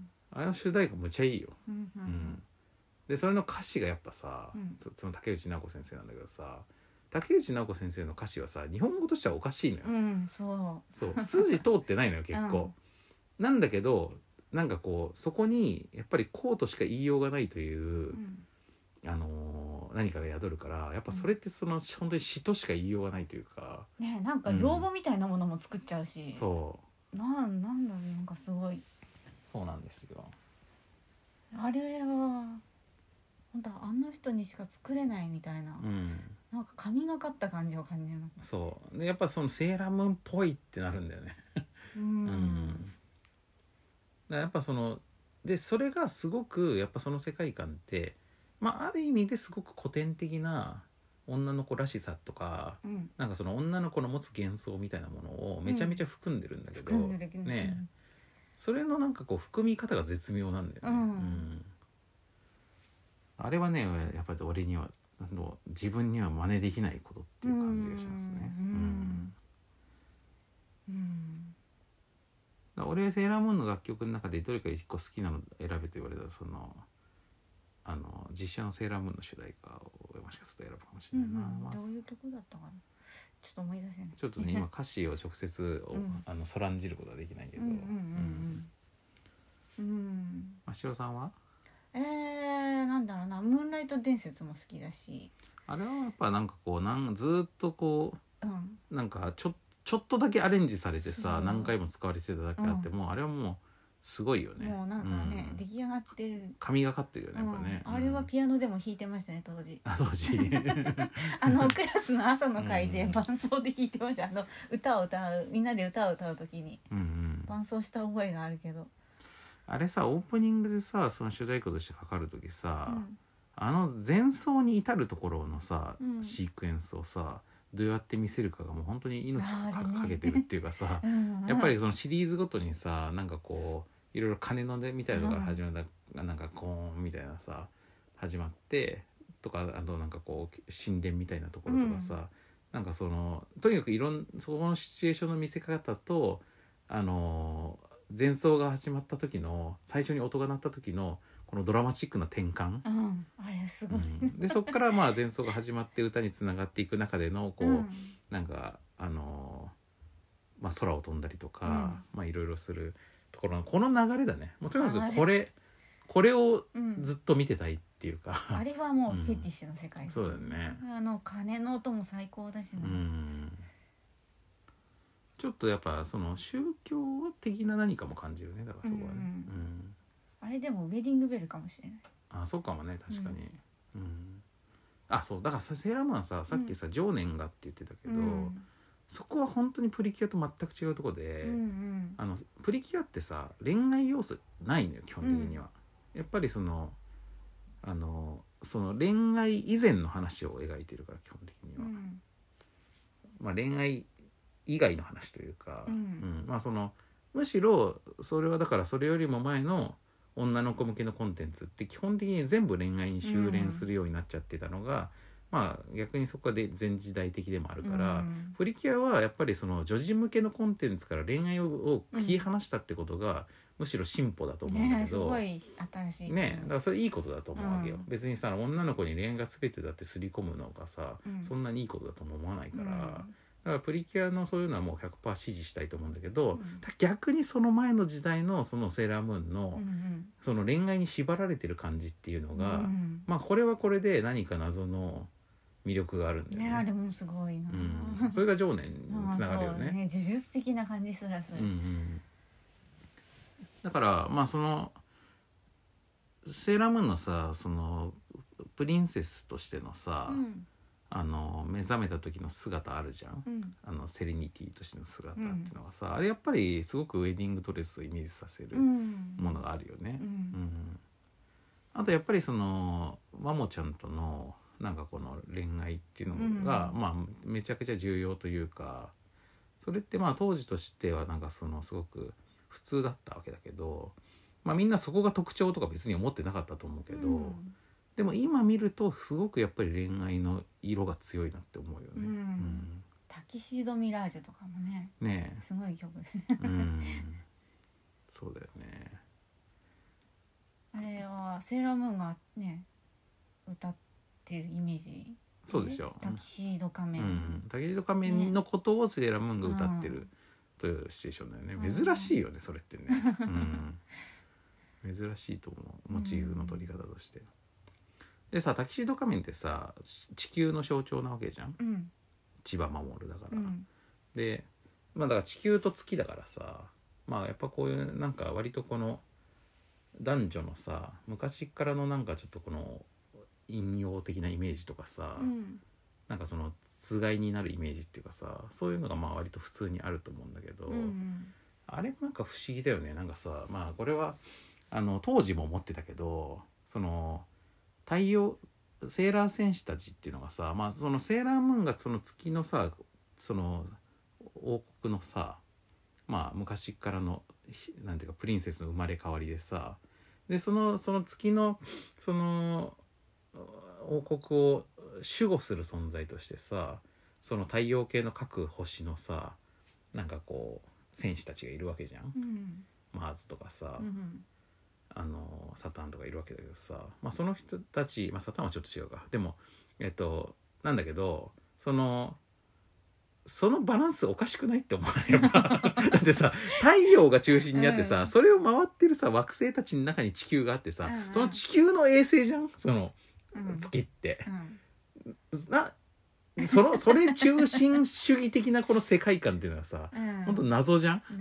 あれの主題歌むちゃいいよ、うんうんうん、でそれの歌詞がやっぱさ、うん、その竹内直子先生なんだけどさ竹内直子先生の歌詞はさ日本語としてはおかしいのよ、 うん、そうそう筋通ってないのよ結構、うん、なんだけどなんかこうそこにやっぱりこうとしか言いようがないという、うん、あのー、何かが宿るからやっぱそれってその、うん、本当に詩としか言いようがないというかねなんか用語みたいなものも作っちゃうし、 うん、そうなんなんだろうなんかすごいそうなんですよあれは本当あの人にしか作れないみたいな、うん、なんか神がかった感じを感じます。 そうでやっぱそのセーラームーンっぽいってなるんだよねうん、うん、だからやっぱそのでそれがすごくやっぱその世界観ってまあある意味ですごく古典的な女の子らしさとか、うん、なんかその女の子の持つ幻想みたいなものをめちゃめちゃ含んでるんだけど、うん、ね、うん、それのなんかこう含み方が絶妙なんだよね、うんうん、あれはねやっぱり俺には自分には真似できないことっていう感じがしますね。うん、うんうん、俺セーラームーンの楽曲の中でどれか一個好きなの選べと言われたらそのあの実写のセーラームーンの主題歌をもしかすると選ぶかもしれないな、 うんうんまあ、 どういうとこだったかなちょっと思い出せないちょっとね今歌詞を直接、うん、あのそらんじることはできないけど、うんうんうんうん、うん、 ましろさんはえー、なんだろうなムーンライト伝説も好きだしあれはやっぱなんかこうなんずっとこう、うん、なんかちょちょっとだけアレンジされてさ何回も使われてただけあって、うん、もうあれはもうすごいよね。 もうなんかね、うん、出来上がってる神がかってるよねやっぱね、 うん、あれはピアノでも弾いてましたね当時。 あ当時あのクラスの朝の会で伴奏で弾いてました、あの歌を歌うみんなで歌を歌う時に伴奏した覚えがあるけど、うんうん、 あれさオープニングでさその主題歌としてかかる時さ、うん、あの前奏に至るところのさ、うん、シークエンスをさどうやって見せるかがもう本当に命かけてるっていうかさ、うんうん、やっぱりそのシリーズごとにさなんかこういろいろ鐘の音みたいなのから始まった、うん、なんかコーンみたいなさ始まってとかあとなんかこう神殿みたいなところとかさ、うん、なんかそのとにかくいろんそのシチュエーションの見せ方とあの前奏が始まった時の最初に音が鳴った時のこのドラマチックな転換、 うん、あれすごい、 うん、でそこからまあ前奏が始まって歌につながっていく中でのこう、うん、なんかあの、まあ、空を飛んだりとか、うん、まあいろいろするところのこの流れだね。もうとにかくこれこれをずっと見てたいっていうか、 うん、あれはもうフェティッシュの世界、 うん、そうだよね。 あの鐘の音も最高だしね、うん、 ちょっとやっぱその宗教的な何かも感じるねだからそこはね、うんうん、 あれでもウェディングベルかもしれない。 あそうかもね確かに、うんうん、あそうだからさセーラームーンはささっきさ、うん、情念がって言ってたけど、うん、そこは本当にプリキュアと全く違うところで、うんうん、あのプリキュアってさ恋愛要素ないのよ基本的には、うん、やっぱりそのあのその恋愛以前の話を描いてるから基本的には、うん、まあ恋愛以外の話というか、うんうん、まあそのむしろそれはだからそれよりも前の女の子向けのコンテンツって基本的に全部恋愛に修練するようになっちゃってたのが、うん、まあ逆にそこで前時代的でもあるから、うん、プリキュアはやっぱりその女児向けのコンテンツから恋愛を切り離したってことが、うん、むしろ進歩だと思うんだけど、 ね、すごい新しいね、だからそれいいことだと思うわけよ、うん、別にさ女の子に恋愛が全てだって刷り込むのがさ、うん、そんなにいいことだとも思わないから、うん、だからプリキュアのそういうのはもう ひゃくパーセント 支持したいと思うんだけど、うん、逆にその前の時代のそのセーラームーンの、うんうん、その恋愛に縛られてる感じっていうのが、うん、まあこれはこれで何か謎の魅力があるんだよね。 ねあれもすごいな、 うん、それが情念につながるよね。 ね呪術的な感じすらする、 うんうん、だからまあそのセーラームーンのさそのプリンセスとしてのさ、うんあの目覚めた時の姿あるじゃん、うん、あのセレニティとしての姿っていうのがさ、うん、あれやっぱりすごくウェディングドレスをイメージさせるものがあるよね、うんうん、あとやっぱりそのマモちゃんとのなんかこの恋愛っていうのが、うん、まあめちゃくちゃ重要というかそれってまあ当時としてはなんかそのすごく普通だったわけだけど、まあ、みんなそこが特徴とか別に思ってなかったと思うけど、うんでも今見るとすごくやっぱり恋愛の色が強いなって思うよね、うんうん、 タキシードミラージュとかもねねすごい曲でうん、そうだよねあれはセーラームーンがね歌ってるイメージそうでしょタキシード仮面、 うん、タキシード仮面のことをセーラームーンが歌ってるというシチュエーションだよね、うん、珍しいよねそれってね、うん、珍しいと思うモチーフの取り方として、うんでさタキシード仮面ってさ地球の象徴なわけじゃん、うん、千葉守るだから、うん、でまあだから地球と月だからさまあやっぱこういうなんか割とこの男女のさ昔からのなんかちょっとこの陰陽的なイメージとかさ、うん、なんかそのつがいになるイメージっていうかさそういうのがまあ割と普通にあると思うんだけど、うん、あれもなんか不思議だよねなんかさまあこれはあの当時も思ってたけどその太陽セーラー戦士たちっていうのがさ、まあ、そのセーラームーンがその月のさその王国のさまあ昔からのなんていうかプリンセスの生まれ変わりでさでそのその月のその王国を守護する存在としてさその太陽系の各星のさなんかこう戦士たちがいるわけじゃん、うん、マーズとかさ、うんあのサターンとかいるわけだけどさ、まあ、その人たち、まあ、サターンはちょっと違うか、でもえっとなんだけどそのそのバランスおかしくないって思うやっぱだってさ太陽が中心にあってさ、うん、それを回ってるさ惑星たちの中に地球があってさ、うんうん、その地球の衛星じゃんその、うん、月って、うん、なそのそれ中心主義的なこの世界観っていうのはさ、うん、ほんと謎じゃん、 うんうん、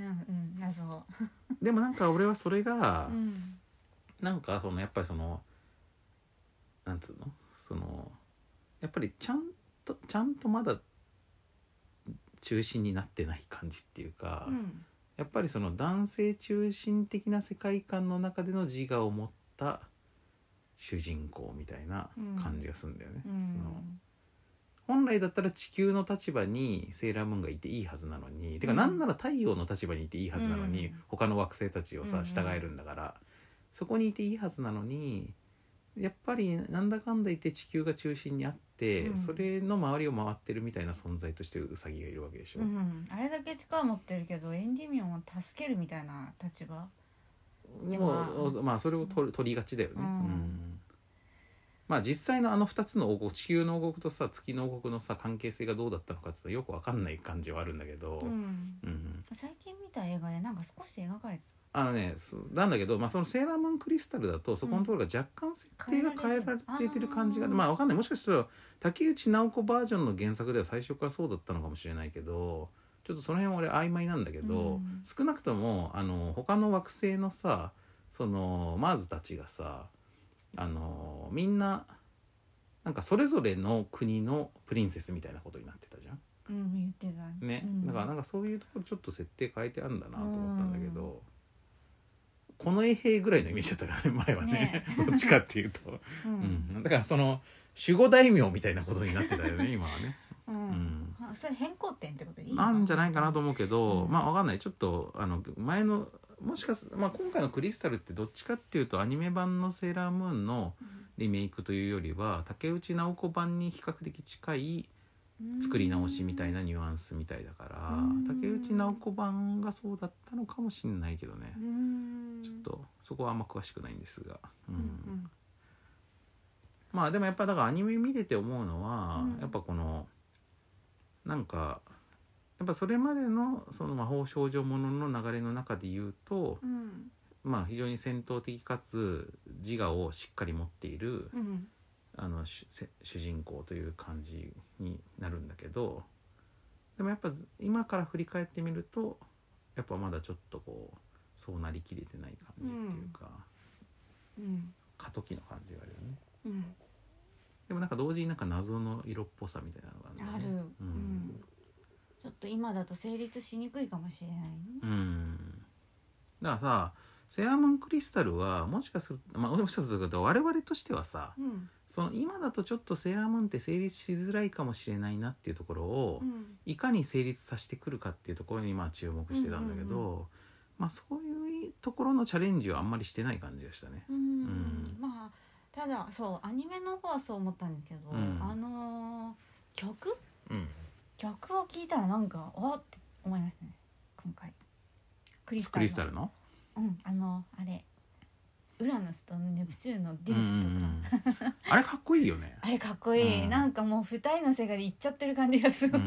謎でもなんか俺はそれが、うん、なんかそのやっぱりそのなんつうのそのやっぱりちゃんとちゃんとまだ中心になってない感じっていうか、うん、やっぱりその男性中心的な世界観の中での自我を持った主人公みたいな感じがするんだよね、うん、その本来だったら地球の立場にセーラームーンがいていいはずなのに、うん、てかなんなら太陽の立場にいていいはずなのに、うん、他の惑星たちをさ従えるんだから、うん、そこにいていいはずなのにやっぱりなんだかんだ言って地球が中心にあって、うん、それの周りを回ってるみたいな存在としてウサギがいるわけでしょ、うん、 あれだけ力持ってるけどエンディミョンを助けるみたいな立場でもまあそれを取りがちだよね、うんうん、まあ実際のあのふたつの王国地球の王国とさ月の王国のさ関係性がどうだったのかってよく分かんない感じはあるんだけど、うんうん、最近見た映画でなんか少し描かれてたあのね、なんだけど、まあ、そのセーラームーンクリスタルだとそこのところが若干設定が変えられてる感じが、うん、まあわかんないもしかしたら竹内直子バージョンの原作では最初からそうだったのかもしれないけどちょっとその辺俺曖昧なんだけど、うん、少なくともあの他の惑星のさそのマーズたちがさあのみんななんかそれぞれの国のプリンセスみたいなことになってたじゃん、 うん、言ってたね、うん、だからなんかそういうところちょっと設定変えてあるんだなと思ったんだけど、うんこの衛兵ぐらいのイメージだったからね前はねねどっちかっていうと、うんうん、だからその守護大名みたいなことになってたよね今はね、 うんうん、それ変更点ってことでいいなんじゃないかなと思うけど、うん、まあわかんないちょっとあの前のもしかす、まあ、今回のクリスタルってどっちかっていうとアニメ版のセーラームーンのリメイクというよりは竹内直子版に比較的近い作り直しみたいなニュアンスみたいだから竹内直子版がそうだったのかもしれないけどねちょっとそこはあんま詳しくないんですが、うんうん、まあでもやっぱだからアニメ見てて思うのは、うん、やっぱこのなんかやっぱそれまでのその魔法少女ものの流れの中で言うと、うん、まあ非常に戦闘的かつ自我をしっかり持っている、うんあの主人公という感じになるんだけどでもやっぱ今から振り返ってみるとやっぱまだちょっとこうそうなりきれてない感じっていうか、うん、過渡期の感じがあるよね、うん、でもなんか同時になんか謎の色っぽさみたいなのがあるんだよね、 ある、うん、ちょっと今だと成立しにくいかもしれないね、うん、 だからさセーラームーンクリスタルはもしかすると、まあ、もしかすると我々としてはさ、うん、その今だとちょっとセーラームーンって成立しづらいかもしれないなっていうところを、うん、いかに成立させてくるかっていうところにまあ注目してたんだけど、うんうんうん、まあそういうところのチャレンジはあんまりしてない感じがしたね。 うんうん、まあただそうアニメの方はそう思ったんだけど、うん、あのー、曲、うん、曲を聴いたらなんかおって思いますね今回クリスタルの。クリスタルのうん、あのあれウラヌスとネプチューンのデュエットとかあれかっこいいよねあれかっこいい、うん、なんかもう二人の世界で行っちゃってる感じがすごい、うん、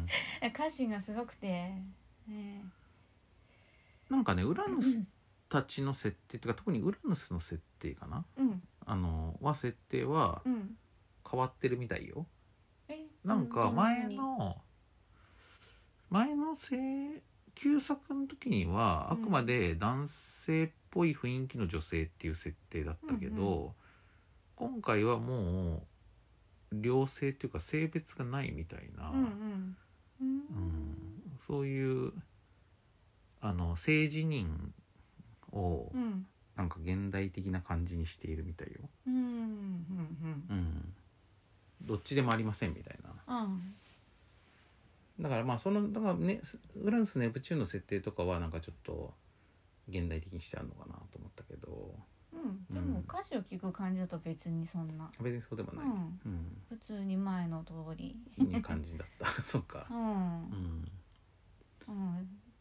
歌詞がすごくて、ね、 なんかねウラヌスたちの設定とか、うん、特にウラヌスの設定かな、うん、あのは設定は変わってるみたいよ、うん、なんか前の前のせい旧作の時にはあくまで男性っぽい雰囲気の女性っていう設定だったけど、うんうん、今回はもう両性っていうか性別がないみたいな、うんうんうんうん、そういうあの性自認をなんか現代的な感じにしているみたいよ、うんうんうんうん、どっちでもありませんみたいな、うんだからまあそのだからねウラヌスネプチューンの設定とかはなんかちょっと現代的にしてあるのかなと思ったけど、 うん、でも歌詞を聞く感じだと別にそんな別にそうでもない、うんうん、 普通に前の通りいい感じだったそうかうん、うんうん、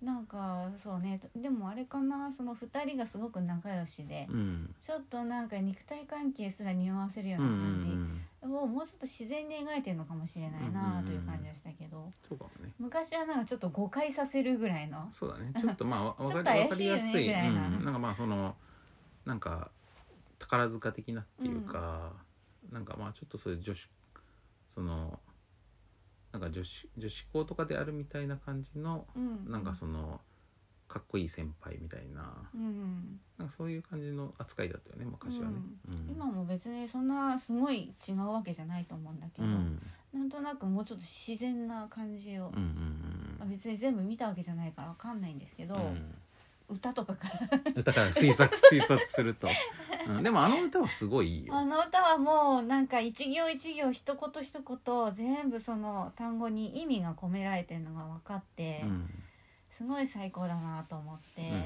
なんかそうね、でもあれかな、そのふたりがすごく仲良しで、うん、ちょっとなんか肉体関係すら匂わせるような感じ、うんうんうん、をもうちょっと自然に描いてるのかもしれないなという感じがしたけど、うんうんうん、 そうかもね、 昔はなんかちょっと誤解させるぐらいの、 そうだね、ちょっとまあ分かり、 怪しいよねぐらいな、 うん、なんかまあそのなんか宝塚的なっていうか、うん、なんかまあちょっとそういう女子そのなんか女子女子校とかであるみたいな感じの、うんうん、なんかそのかっこいい先輩みたいな、うん、なんかそういう感じの扱いだったよね昔はね、 うんうん、今も別にそんなすごい違うわけじゃないと思うんだけど、うん、なんとなくもうちょっと自然な感じを、うんうんうん、まあ、別に全部見たわけじゃないから分かんないんですけど、うん、歌とかから歌から推察推察すると、うん、でもあの歌はすごいいいよ。 あの歌はもうなんか一行一行一言一言全部その単語に意味が込められてるのが分かって、うん、すごい最高だなと思って、うんうん、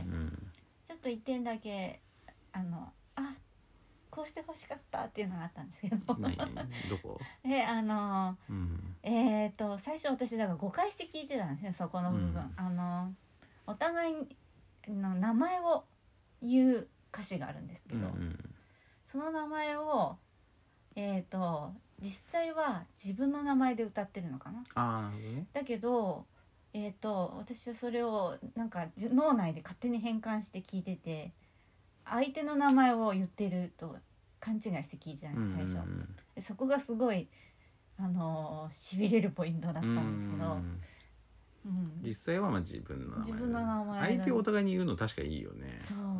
ちょっと一点だけあのあこうしてほしかったっていうのがあったんですけどどこえあの、うん、えっ、ー、と最初私だから誤解して聞いてたんですね、そこの部分、うん、あのお互いの名前を言う歌詞があるんですけど、うんうん、その名前をえっ、ー、と実際は自分の名前で歌ってるのかな、 あー、ね、 だけどえーと、私はそれをなんか脳内で勝手に変換して聞いてて、相手の名前を言ってると勘違いして聞いてたんです最初、うんうんうん、そこがすごいあのしびれるポイントだったんですけど、うんうん、 実際はまあ自分の名前、 自分の名前相手をお互いに言うの確かにいいよね。 そう、 うん、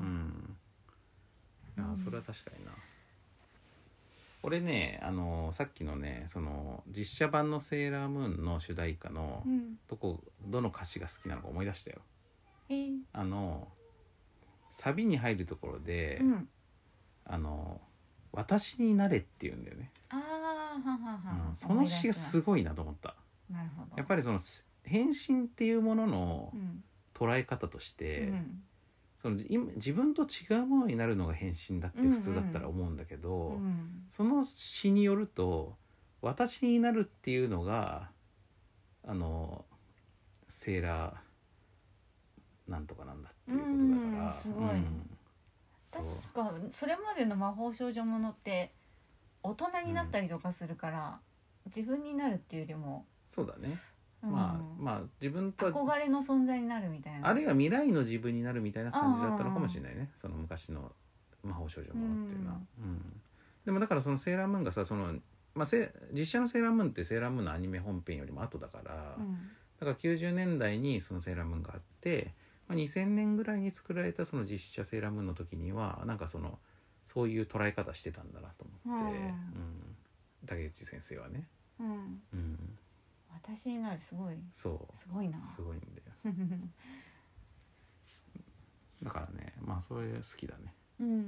いやそれは確かにな、うん、俺ねあのさっきのねその実写版のセーラームーンの主題歌の、うん、どこどの歌詞が好きなのか思い出したよ、 えー、 あのサビに入るところで、うん、あの私になれって言うんだよね。 あーははは、 うん、その詩がすごいなと思った。 なるほど。 やっぱりその変身っていうものの捉え方として、うん、その自分と違うものになるのが変身だって普通だったら思うんだけど、うんうん、その詩によると私になるっていうのがあのセーラーなんとかなんだっていうことだから、うん、 すごい、うん、確かそれまでの魔法少女ものって大人になったりとかするから、うん、自分になるっていうよりもそうだね、うん、まあまあ自分と憧れの存在になるみたいな、 あるいは未来の自分になるみたいな感じだったのかもしれないね、その昔の魔法少女ものっていうのは、うんうん、でもだからそのセーラームーンがさその、まあ、実写のセーラームーンってセーラームーンのアニメ本編よりも後だから、うん、だからきゅうじゅうねんだいにそのセーラームーンがあって、まあ、にせんねんぐらいに作られたその実写セーラームーンの時にはなんかそのそういう捉え方してたんだなと思って、うんうん、竹内先生はね、 うんうん、私になるすごいそうすごいなすごいんだよだからねまあそれ好きだね、うんうん、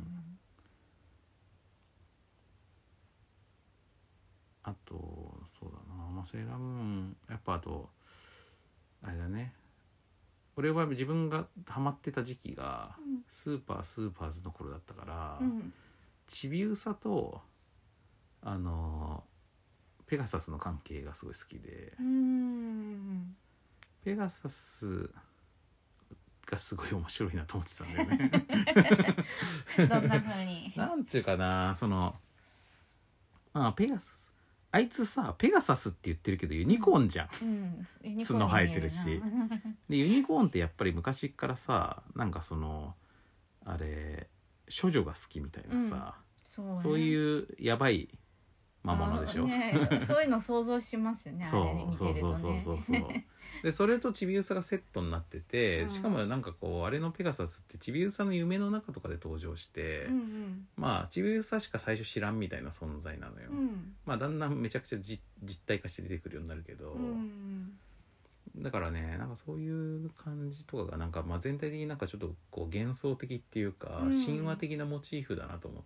あとそうだな、まあ、セーラームーンやっぱあとあれだね、俺は自分がハマってた時期が、うん、スーパースーパーズの頃だったから、うん、ちびうさとあのペガサスの関係がすごい好きで、うーんペガサスがすごい面白いなと思ってたんだよねどんな風になんていうかな、そのまあペガサスあいつさペガサスって言ってるけどユニコーンじゃん、うんうん、角生えてるしでユニコーンってやっぱり昔からさなんかそのあれ処女が好きみたいなさ、うん そうね、そういうやばい魔物でしょ、 ね、そういうの想像しますよねあれ見てるとね。 そうそうそうそうでそれとちびうさがセットになってて、うん、しかもなんかこうあれのペガサスってちびうさの夢の中とかで登場して、うんうん、まあちびうさしか最初知らんみたいな存在なのよ、うん、まあだんだんめちゃくちゃ実体化して出てくるようになるけど、うんうん、だからねなんかそういう感じとかがなんかまあ全体的になんかちょっとこう幻想的っていうか、うん、神話的なモチーフだなと思って、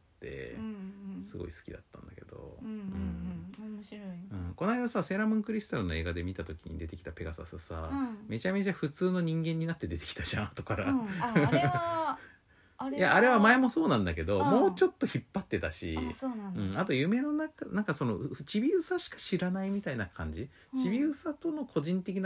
うんうん、すごい好きだったんだけど、うんうんうん、面白い、うん、 この間さセーラームーンクリスタルの映画で見た時に出てきたペガサスさ、うん、めちゃめちゃ普通の人間になって出てきたじゃん後から、うん、 あ, あれはあれはいやあれは前もそうなんだけど、もうちょっと引っ張ってたし、 あ, そうなんだ、 うん、あと夢の中なんかそのちびうさしか知らないみたいな感じ、うん、ちびうさとの個人的な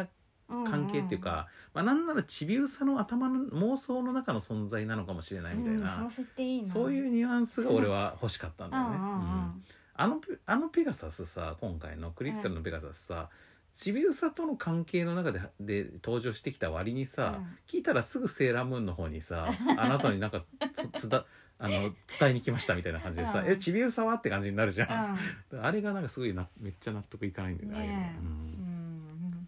関係っていうか、うんうん、まあ、なんならちびうさの頭の妄想の中の存在なのかもしれないみたいな、 うん、そうっていいな、 そういうニュアンスが俺は欲しかったんだよね、 うんうんうん、 あのあのペガサスさ、今回のクリスタルのペガサスさ、ちびうさとの関係の中でで登場してきた割にさ、うん、聞いたらすぐセーラームーンの方にさあなたになんかつだあの伝えに来ましたみたいな感じでさ、うん、えちびうさはって感じになるじゃん、うん、あれがなんかすごいなめっちゃ納得いかないんだよね、ね、うんうん、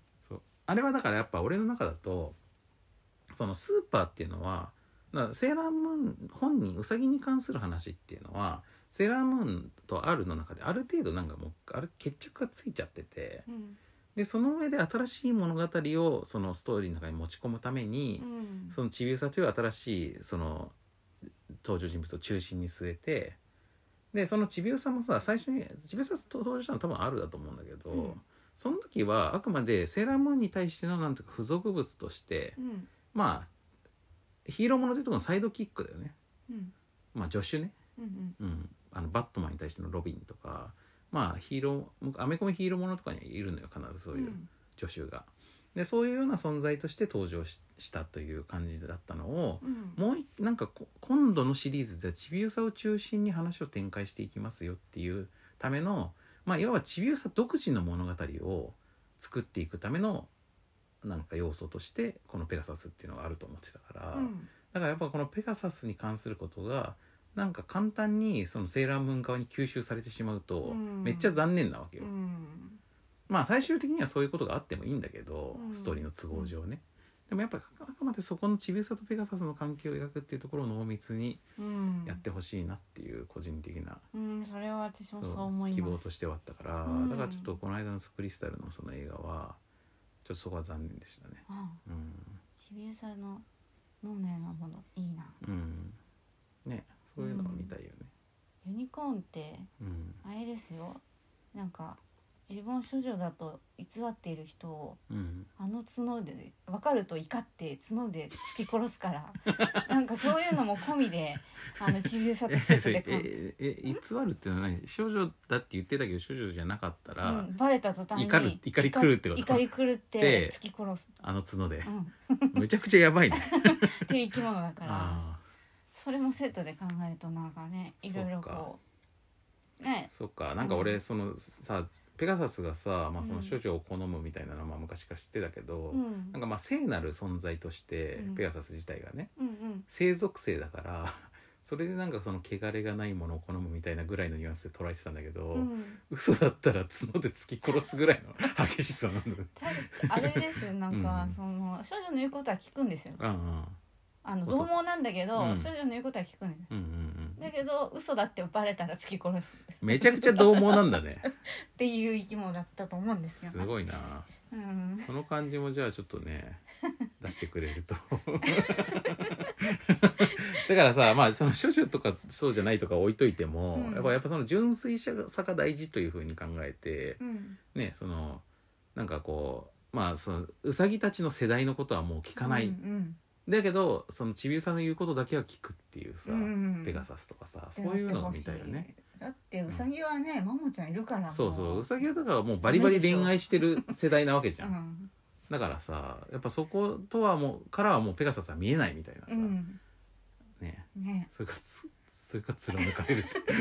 そうあれはだからやっぱ俺の中だとそのスーパーっていうのはセーラームーン本人ウサギに関する話っていうのはセーラームーンと R の中である程度なんかもうあれ決着がついちゃってて、うん、でその上で新しい物語をそのストーリーの中に持ち込むために、うん、そのちびうさという新しいその登場人物を中心に据えて、でそのちびうさもさ最初にちびうさ登場したの多分 R だと思うんだけど、うん、その時はあくまでセーラームーンに対してのなんていうか付属物として、うん、まあヒーローものというところのサイドキックだよね、うん、まあ助手ね、うんうんうん、あのバットマンに対してのロビンとか、まあヒーローアメコミヒーローものとかにはいるのよ必ずそういう助手が、うん、でそういうような存在として登場 し, したという感じだったのを、うん、もうなんか今度のシリーズではちびうさを中心に話を展開していきますよっていうための、まあいわばちびうさ独自の物語を作っていくためのなんか要素としてこのペガサスっていうのがあると思ってたから、うん、だからやっぱこのペガサスに関することがなんか簡単にそのセーラームーン側に吸収されてしまうとめっちゃ残念なわけよ、うん、まあ最終的にはそういうことがあってもいいんだけど、うん、ストーリーの都合上ね、でもやっぱあくまでそこのちびうさとペガサスの関係を描くっていうところを濃密にやってほしいなっていう個人的な、 うん、それは私もそう思います。 希望としてはあったから、うん、だからちょっとこの間のクリスタルのその映画はちょっとそこは残念でしたね、うん、 ちびうさの脳内のものいいな、 うんね、そういうのを見たいよね、 うん、ユニコーンってあれですよ、なんか自分を処女だと偽っている人を、うん、あの角で分かると怒って角で突き殺すからなんかそういうのも込みであのちびうさとセットでえええ偽るってのは何、処女だって言ってたけど処女じゃなかったら、うん、 バレた途端に怒る怒り狂うってこと、 怒り狂って突き殺すあの角で、うん、めちゃくちゃやばいねっていう生き物だからそれもセットで考えるとなんかねいろいろこうね、 そっか、なんか俺そのさペガサスがさ、まあ、その処女を好むみたいなのはまあ昔から知ってたけど、うん、なんかまあ聖なる存在としてペガサス自体がね、うんうん、聖属性だからそれでなんかその汚れがないものを好むみたいなぐらいのニュアンスで捉えてたんだけど、うん、嘘だったら角で突き殺すぐらいの激しさなんだあれですよ、なんか、うん、その処女の言うことは聞くんですよ、うんうん、あの獰猛なんだけど、うん、処女の言うことは聞くんです、うんうんうん、だけど嘘だってバレたら突き殺すめちゃくちゃ獰猛なんだねっていう生き物だったと思うんですよ。 すごいな、うん、その感じもじゃあちょっとね出してくれるとだからさ、まあその処女とかそうじゃないとか置いといても、うん、やっぱやっぱその純粋さが大事というふうに考えて、うん、ね、そのなんかこうまあそのうさぎたちの世代のことはもう聞かない、うんうん、だけどそのちびうさんの言うことだけは聞くっていうさ、うんうん、ペガサスとかさそういうのを見たいよね。 だってうさぎはね、うん、マモちゃんいるから、 そうそううさぎはだからもうバリバリ恋愛してる世代なわけじゃん、うん、だからさやっぱそことはもうからはもうペガサスは見えないみたいなさ、うん、ね, ねそれがそれが貫かれるって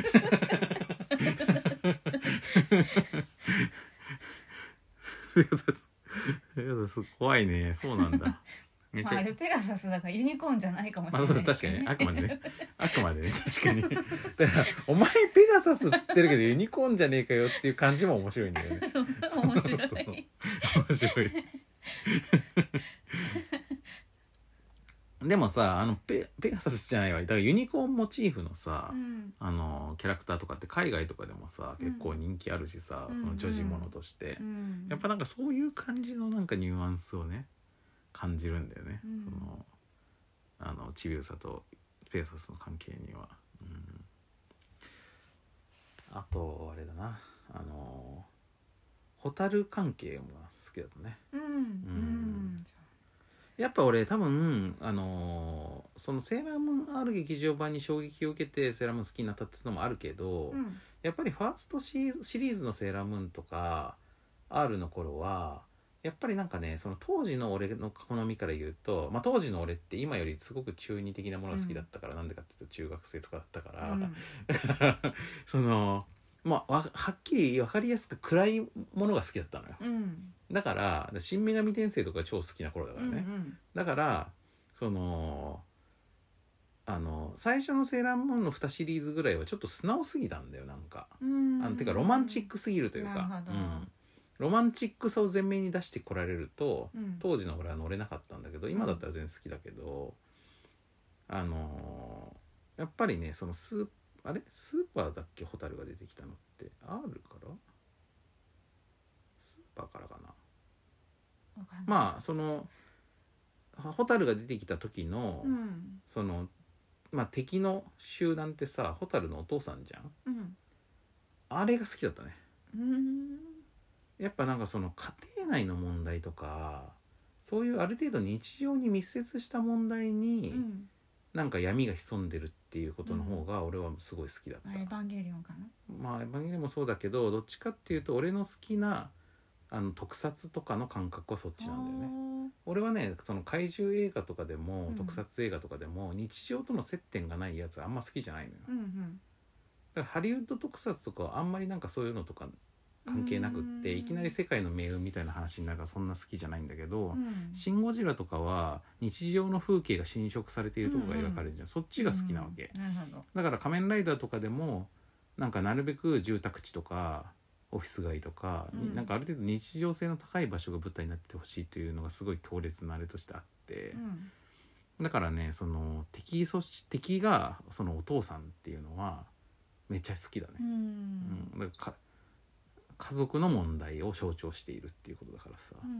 ペガサスペガサス怖いね。そうなんだめちゃ、まあ、あれペガサスだからユニコーンじゃないかもしれない、ね、 まあ、確かにねあくまでねあくまでね確かにだからお前ペガサスっつってるけどユニコーンじゃねえかよっていう感じも面白いんだよねそう面白いそう面白いでもさあの ペ, ペガサスじゃないわだからユニコーンモチーフのさ、うん、あのキャラクターとかって海外とかでもさ結構人気あるしさ、うん、その女児ものとして、うん、やっぱなんかそういう感じのなんかニュアンスをね感じるんだよね、うん、そのあのちびうさとペガサスの関係には、うん、あとあれだなあのホタル関係も好きだったね、うんうん、やっぱ俺多分あのそのセーラームーン R 劇場版に衝撃を受けてセーラームーン好きになったっていうのもあるけど、うん、やっぱりファーストシリーズのセーラームーンとか R の頃はやっぱりなんかねその当時の俺の好みから言うと、まあ、当時の俺って今よりすごく中二的なものが好きだったから、うん、なんでかっていうと中学生とかだったから、うん、そのまあはっきり分かりやすく暗いものが好きだったのよ、うん、だから新女神転生とか超好きな頃だからね、うんうん、だからそのあの最初のセーラームーンのにシリーズぐらいはちょっと素直すぎたんだよなんか、うん、あのてかロマンチックすぎるというか、うん、ロマンチックさを前面に出してこられると、うん、当時の俺は乗れなかったんだけど今だったら全然好きだけど、うん、あのー、やっぱりねそのスーあれスーパーだっけホタルが出てきたのって R からスーパーからかな、まあそのホタルが出てきた時の、うん、そのまあ敵の集団ってさホタルのお父さんじゃん、うん、あれが好きだったね、うん、やっぱなんかその家庭内の問題とかそういうある程度日常に密接した問題に、うん、なんか闇が潜んでるっていうことの方が俺はすごい好きだった、うん、 エヴァンゲリオンかな、 まあエヴァンゲリオンもそうだけどどっちかっていうと俺の好きなあの特撮とかの感覚はそっちなんだよね。俺はねその怪獣映画とかでも、うん、特撮映画とかでも日常との接点がないやつあんま好きじゃないのよ、うんうん、だからハリウッド特撮とかはあんまりなんかそういうのとか関係なくっていきなり世界の命運みたいな話になるからそんな好きじゃないんだけど、うん、シン・ゴジラとかは日常の風景が侵食されているところが描かれるじゃん、うんうん、そっちが好きなわけ、うんうん、だから仮面ライダーとかでもなんかなるべく住宅地とかオフィス街とか、うん、なんかある程度日常性の高い場所が舞台になってほしいというのがすごい強烈なあれとしてあって、うん、だからねその敵組織敵がそのお父さんっていうのはめっちゃ好きだね、うんうん、だからか家族の問題を象徴しているっていうことだからさ、うんうん、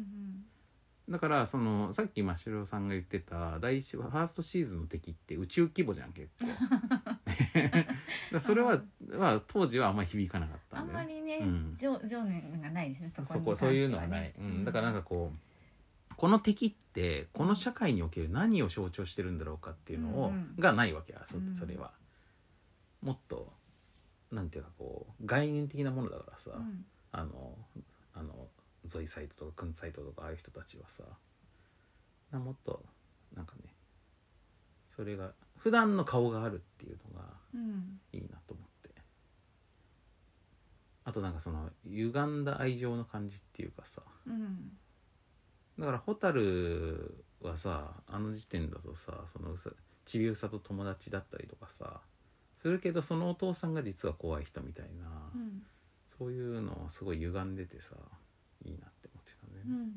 だからそのさっき真城さんが言ってた第一ファーストシーズンの敵って宇宙規模じゃん結構それは、まあ、当時はあんまり響かなかったんで、ね、 あんまりね、うん、情, 情念がないですねそこに関してはね、そこそういうのはない、うん、だからなんかこうこの敵ってこの社会における何を象徴してるんだろうかっていうのを、うん、がないわけや そ, それは、うん、もっとなんていうかこう概念的なものだからさ、うん、あのあのゾイサイトとかクンサイトとかああいう人たちはさもっとなんかねそれが普段の顔があるっていうのがいいなと思って、うん、あとなんかその歪んだ愛情の感じっていうかさ、うん、だからホタルはさあの時点だとさそのちびうさと友達だったりとかさするけどそのお父さんが実は怖い人みたいな、うん、そういうのはすごい歪んでてさいいなって思ってたんだよね、うんうん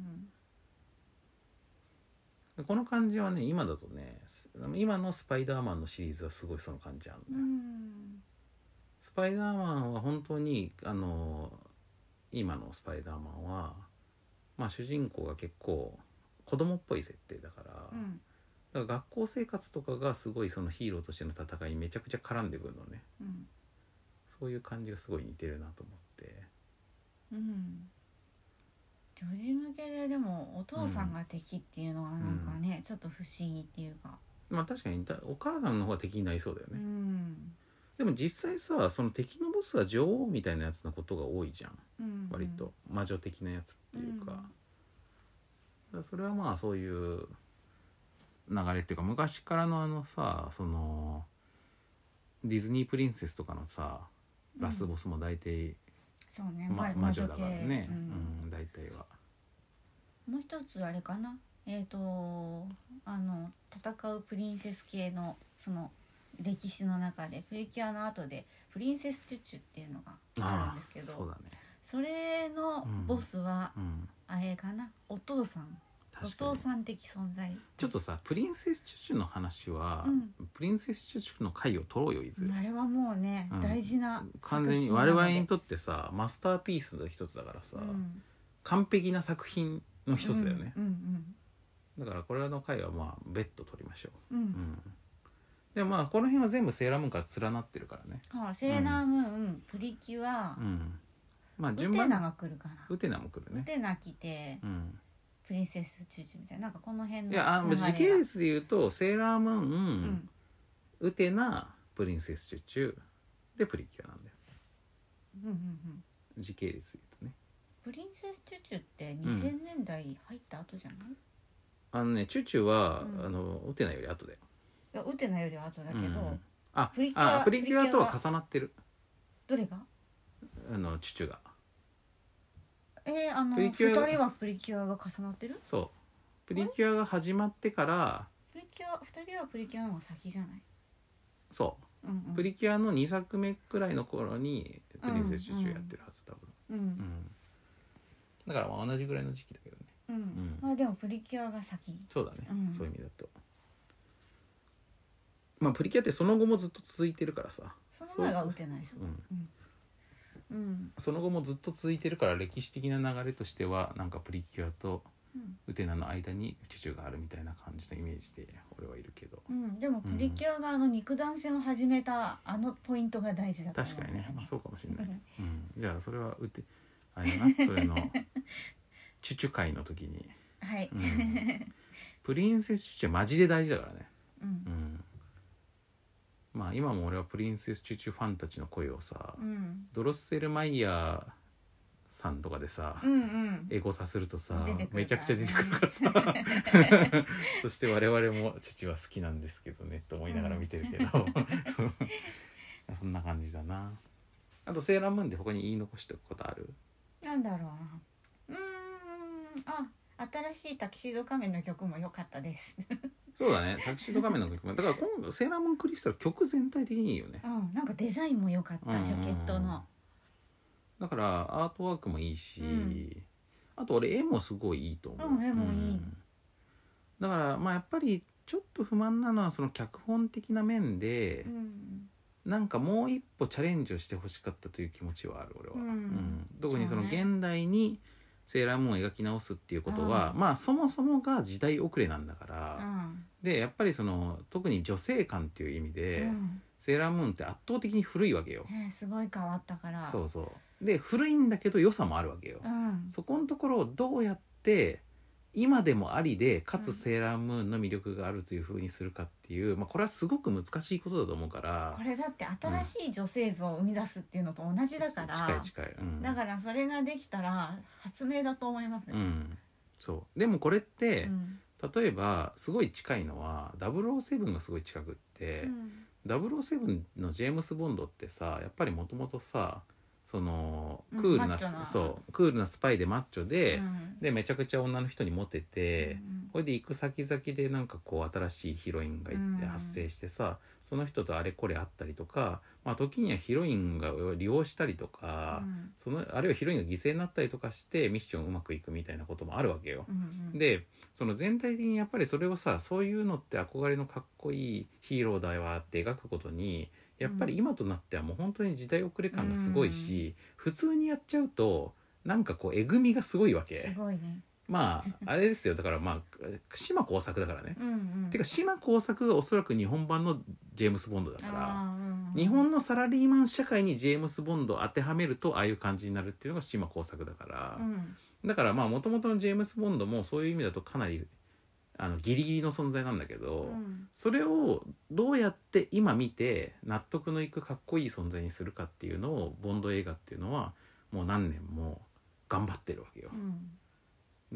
うん、この感じはね今だとね今のスパイダーマンのシリーズはすごいその感じあるのよ、うん、スパイダーマンは本当にあの今のスパイダーマンはまあ主人公が結構子供っぽい設定だから、うん、だから学校生活とかがすごいそのヒーローとしての戦いにめちゃくちゃ絡んでくるのね、うん、そういう感じがすごい似てるなと思って、 うん、女児向けででもお父さんが敵っていうのはなんかね、うん、ちょっと不思議っていうかまあ確かにお母さんの方が敵になりそうだよね、うん、でも実際さその敵のボスは女王みたいなやつのことが多いじゃん、うんうん、割と魔女的なやつっていうか、うん、だからそれはまあそういう流れっていうか昔からのあのさそのディズニープリンセスとかのさラスボスも大体、うん、 そうね、 ま、魔女だからね、うんうん、大体はもう一つあれかなえっ、ー、とあの戦うプリンセス系のその歴史の中でプリキュアの後でプリンセスチュチュっていうのがあるんですけど、 そうだね、 それのボスは、うん、あれかなお父さんお父さん的存在ちょっとさプリンセスチュチュの話は、うん、プリンセスチュチュの回を取ろうよいずれあれはもうね、うん、大事な完全に我々にとってさマスターピースの一つだからさ、うん、完璧な作品の一つだよね、うんうんうん、だからこれの回はまあ別途取りましょう、うんうん、でもまあこの辺は全部セーラームーンから連なってるからね、 はあ、セーラームーン、うん、プリキュア、うんまあ、順番ウテナが来るかなウテナも来るねウテナ来て、うんプリンセスチュチュみたいななんかこの辺のいやあの時系列で言うとセーラームーン、うん、ウテナプリンセスチュチュでプリキュアなんだよ、うんうんうん、時系列で言うとねプリンセスチュチュってにせんねんだい入った後じゃない、うん、 あのねチュチュは、うん、あのウテナより後だよ。 いやウテナより後だけど、うん、 あプリキュアあプリキュアとは重なってる。 どれが？ あのチュチュがえー、あのふたりはプリキュアが重なってる？ そうプリキュアが始まってからプリキュアふたりはプリキュアの方が先じゃない？ そう、うんうん、プリキュアのにさくめくらいの頃にプリンセスチュチュやってるはず多分、うんうん、だからまあ同じぐらいの時期だけどね、 うんうん、まあでもプリキュアが先。 そうだね、うん、そういう意味だとまあプリキュアってその後もずっと続いてるからさ。 その前が打てないです、うんうん、その後もずっと続いてるから歴史的な流れとしてはなんかプリキュアとウテナの間にチュチュがあるみたいな感じのイメージで俺はいるけど、 うん、でもプリキュアがあの肉弾戦を始めたあのポイントが大事だと思う、ね、 確かにね、まあ、そうかもしれない、うん、じゃあそれはウテあれだなそれのチュチュ会の時にはい、 うん、プリンセスチュチュマジで大事だからね、うん、うんまあ今も俺はプリンセスチュチュファンたちの声をさ、うん、ドロッセルマイヤーさんとかでさ、うんうん、エゴサするとさ、ね、めちゃくちゃ出てくるからさそして我々もチュチュは好きなんですけどねと思いながら見てるけど、うん、そんな感じだな。あとセーラームーンで他に言い残しておくことある？ なんだろうな、うーんあ新しいタキシード仮面の曲も良かったですそうだねタキシード仮面の曲もだから今度セーラームーンクリスタル曲全体的にいいよね、 うん、なんかデザインも良かった、ジャケットのだからアートワークもいいし、うん、あと俺絵もすごいいいと思う、 うん、絵もいい、うん、 だからまあやっぱりちょっと不満なのはその脚本的な面で、うん、なんかもう一歩チャレンジをしてほしかったという気持ちはある俺は、うんうん、特にその現代にセーラームーンを描き直すっていうことは、うん、まあそもそもが時代遅れなんだから、うん、でやっぱりその特に女性感っていう意味で、うん、セーラームーンって圧倒的に古いわけよ、 えー、すごい変わったからそうそうで古いんだけど良さもあるわけよ、うん、そこのところをどうやって今でもありでかつセーラームーンの魅力があるという風にするかっていう、まあ、これはすごく難しいことだと思うから。 これだって新しい女性像を生み出すっていうのと同じだから、 うん、近い近い、うん、 だからそれができたら発明だと思いますね、 うん、そうでもこれって、うん、例えばすごい近いのはダブルオーセブンがすごい近くって、うん、ダブルオーセブンのジェームス・ボンドってさやっぱりもともとさそのクールな、うん、なそうクールなスパイでマッチョで、うん、でめちゃくちゃ女の人にモテて、うん、これで行く先々でなんかこう新しいヒロインがいって発生してさ、うん、その人とあれこれあったりとか、まあ、時にはヒロインが利用したりとか、うん、そのあるいはヒロインが犠牲になったりとかしてミッションうまくいくみたいなこともあるわけよ、うんうん、でその全体的にやっぱりそれをさそういうのって憧れのかっこいいヒーローだわって描くことにやっぱり今となってはもう本当に時代遅れ感がすごいし、うん、普通にやっちゃうとなんかこうえぐみがすごいわけ。 すごいね。 まああれですよだからまあ島耕作だからね、うんうん、てか島耕作がおそらく日本版のジェームス・ボンドだから、うんうん、日本のサラリーマン社会にジェームス・ボンドを当てはめるとああいう感じになるっていうのが島耕作だから、うん、だからまあ元々のジェームス・ボンドもそういう意味だとかなりあのギリギリの存在なんだけど、うん、それをどうやって今見て納得のいくかっこいい存在にするかっていうのをボンド映画っていうのはもう何年も頑張ってるわけよ、うん、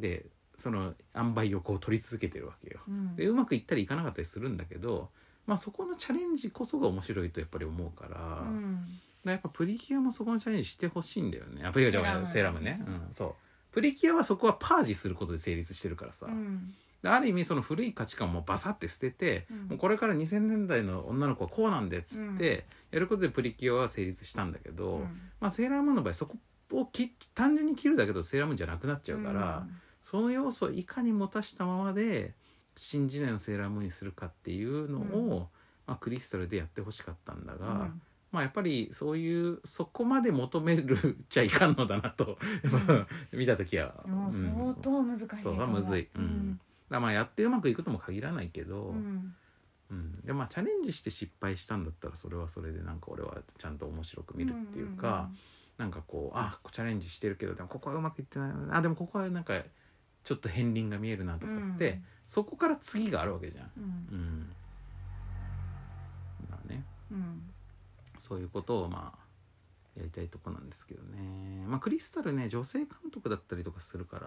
でその塩梅をこう取り続けてるわけよ、うん、でうまくいったりいかなかったりするんだけど、まあ、そこのチャレンジこそが面白いとやっぱり思うから、うん、だやっぱプリキュアもそこのチャレンジしてほしいんだよね。あプリキュアじゃないセーラームね、うん、そうプリキュアはそこはパージすることで成立してるからさ、うんある意味その古い価値観もバサッて捨てて、うん、もうこれからにせんねんだいの女の子はこうなんでっつってやることでプリキュアは成立したんだけど、うん、まあセーラームーンの場合そこをき単純に切るだけどセーラームーンじゃなくなっちゃうから、うん、その要素をいかに持たしたままで新時代のセーラームーンにするかっていうのを、うんまあ、クリスタルでやってほしかったんだが、うんまあ、やっぱりそういうそこまで求めるちゃいかんのだなと、うん、見た時は、 うん、相当難しいと思う。 そうむずい、うんだまあやってうまくいくとも限らないけど、うんうん、でまあチャレンジして失敗したんだったらそれはそれでなんか俺はちゃんと面白く見るっていうか、うんうんうん、なんかこうあチャレンジしてるけどでもここはうまくいってないあでもここはなんかちょっと片鱗が見えるなとかって、うん、そこから次があるわけじゃん。うんうんだねうん、そういうことをまあやりたいとこなんですけどね。まあクリスタルね女性監督だったりとかするから、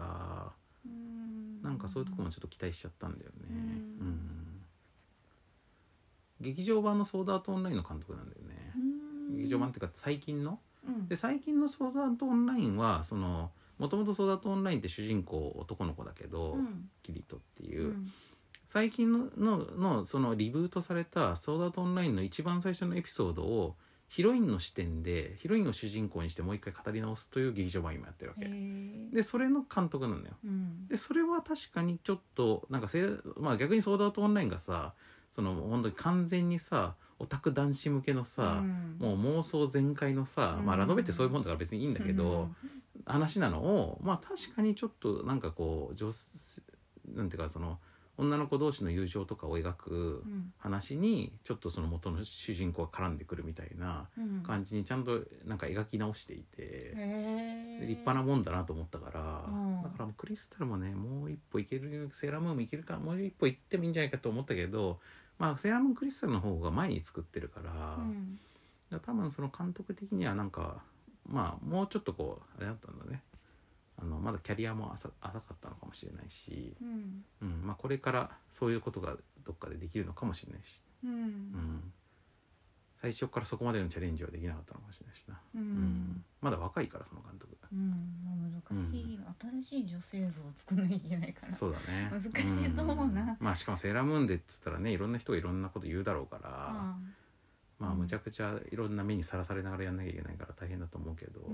うんなんかそういうとこもちょっと期待しちゃったんだよね。うん、うん、劇場版のソードアートオンラインの監督なんだよね。劇場版っていうか最近の、うん、で最近のソードアートオンラインはそのもともとソードアートオンラインって主人公男の子だけど、うん、キリトっていう、うん、最近の の, のそのリブートされたソードアートオンラインの一番最初のエピソードをヒロインの視点でヒロインを主人公にしてもう一回語り直すという劇場版を今やってるわけで、それの監督なんだよ、うん、でそれは確かにちょっとなんかせ、まあ、逆にソードアートオンラインがさその本当に完全にさオタク男子向けのさ、うん、もう妄想全開のさ、うん、まあラノベってそういうもんだから別にいいんだけど、うん、話なのをまあ確かにちょっとなんかこう女なんていうかその女の子同士の友情とかを描く話にちょっとその元の主人公が絡んでくるみたいな感じにちゃんとなんか描き直していて、立派なもんだなと思ったから、だからもうクリスタルもねもう一歩いける、セーラームーンもいけるか、もう一歩いってもいいんじゃないかと思ったけど、まあセーラームーンクリスタルの方が前に作ってるから、うん、だから多分その監督的にはなんかまあもうちょっとこうあれだったんだね、あのまだキャリアも浅かったのかもしれないし、うんうんまあ、これからそういうことがどっかでできるのかもしれないし、うんうん、最初からそこまでのチャレンジはできなかったのかもしれないしな、うんうん、まだ若いからその監督、 うん、難しい、うん、新しい女性像を作らなきゃいけないからそうだね難しいと思うな、うん、 まあしかもセーラームーンでって言ったらねいろんな人がいろんなこと言うだろうから、うんまあむちゃくちゃいろんな目にさらされながらやんなきゃいけないから大変だと思うけど、うん、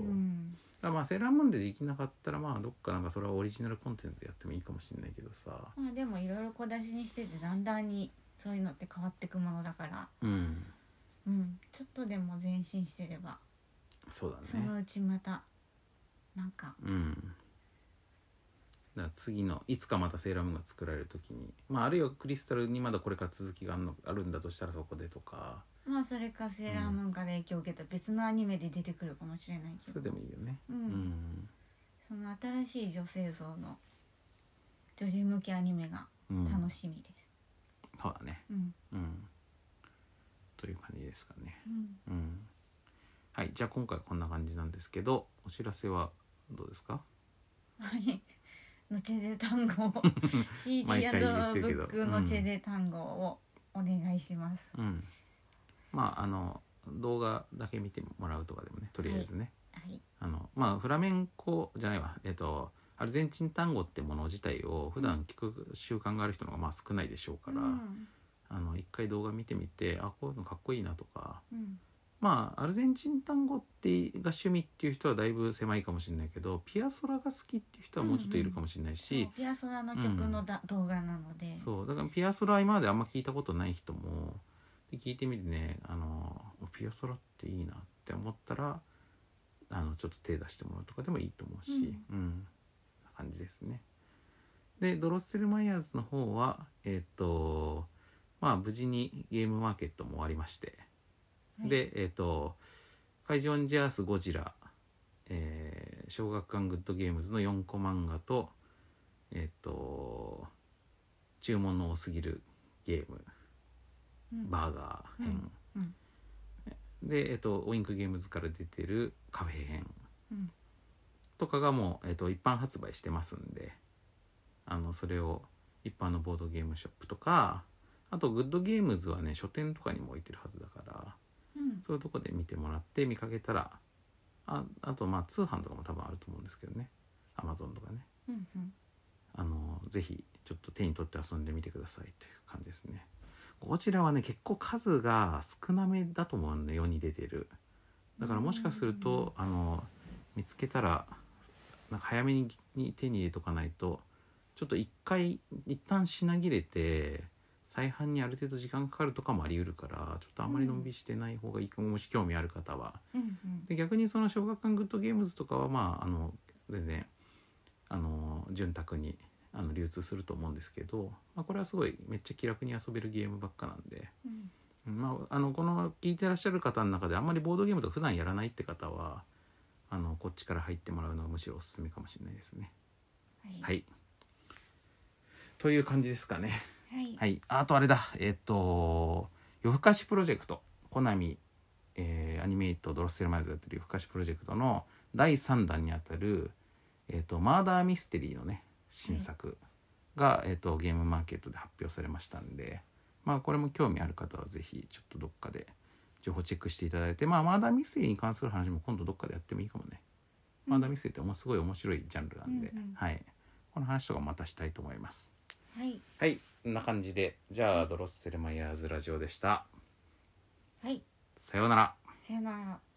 だからまあセーラームーンでできなかったらまあどっかなんかそれはオリジナルコンテンツでやってもいいかもしれないけどさ、 まあでもいろいろ小出しにしててだんだんにそういうのって変わってくものだから、うんうん、ちょっとでも前進してればそうだね、 そのうちまたなんかうんだから次のいつかまたセーラームーンが作られる時に、まあ、あるいはクリスタルにまだこれから続きがあるのあるんだとしたらそこでとか、 まあそれかセーラームーンから影響を受けた別のアニメで出てくるかもしれないけど、 それでもいいよね、うんうん、 その新しい女性像の女児向けアニメが楽しみです、 うん、そうだね、うんうん、という感じですかね、うんうん、はいじゃあ今回はこんな感じなんですけどお知らせはどうですか？ はいのチェデ単語をシーディー ブックのチェデ単語をお願いします、うん、 まああの動画だけ見てもらうとかでもねとりあえずね、はいはい、あのまあフラメンコじゃないわえっとアルゼンチン単語ってもの自体を普段聞く習慣がある人の方がまあ少ないでしょうから、うん、あの一回動画見てみてあこういうのかっこいいなとか、うんまあアルゼンチン単語ってが趣味っていう人はだいぶ狭いかもしれないけどピアソラが好きっていう人はもうちょっといるかもしれないし、うんうん、 ピアソラの曲のだ、うん、動画なのでそうだからピアソラ今まであんま聞いたことない人も聞いてみてねあのピアソラっていいなって思ったらあのちょっと手出してもらうとかでもいいと思うし、うん、うん、な感じですね。でドロッセルマイヤーズの方はえっとまあ無事にゲームマーケットも終わりましてで、えっと、カイジオンジャースゴジラ、えー、小学館グッドゲームズのよんこ漫画と、えっと、注文の多すぎるゲーム、うん、バーガー編、うんうん、で、えっと、オインクゲームズから出てるカフェ編、うん、とかがもう、えっと、一般発売してますんで、あの、それを一般のボードゲームショップとか、あとグッドゲームズはね、書店とかにも置いてるはずだから、うん、そういうとこで見てもらって見かけたら あ, あとまあ通販とかも多分あると思うんですけどね Amazon とかね、うんうん、あのぜひちょっと手に取って遊んでみてくださいという感じですね。こちらはね結構数が少なめだと思うので世に出てるだからもしかすると、うん、あの見つけたらなんか早めに手に入れとかないとちょっと一回一旦品切れて再販にある程度時間かかるとかもあり得るからちょっとあんまりのんびりしてない方がいいかも、うん、もし興味ある方は、うんうん、で逆にその小学館グッドゲームズとかはまああの全然あの潤沢にあの流通すると思うんですけど、まあ、これはすごいめっちゃ気楽に遊べるゲームばっかなんで、うんまあ、あのこの聞いてらっしゃる方の中であんまりボードゲームとか普段やらないって方はあのこっちから入ってもらうのがむしろおすすめかもしれないですね。はい、はい、という感じですかね。はい、はい、あとあれだえっ、ー、と夜更かしプロジェクトコナミえー、アニメイトドロッセルマイヤーズやってる夜更かしプロジェクトのだいさんだんにあたる、えー、とマーダーミステリーのね新作が、はい、えー、とゲームマーケットで発表されましたんで、まあこれも興味ある方はぜひちょっとどっかで情報チェックしていただいて、まあマーダーミステリーに関する話も今度どっかでやってもいいかもね、うん、マーダーミステリーってもうすごい面白いジャンルなんで、うんうん、はい、この話とかまたしたいと思います。 はい、 はい、こんな感じでじゃあドロッセルマイヤーズラジオでした。 はい、 さようなら。 さようなら。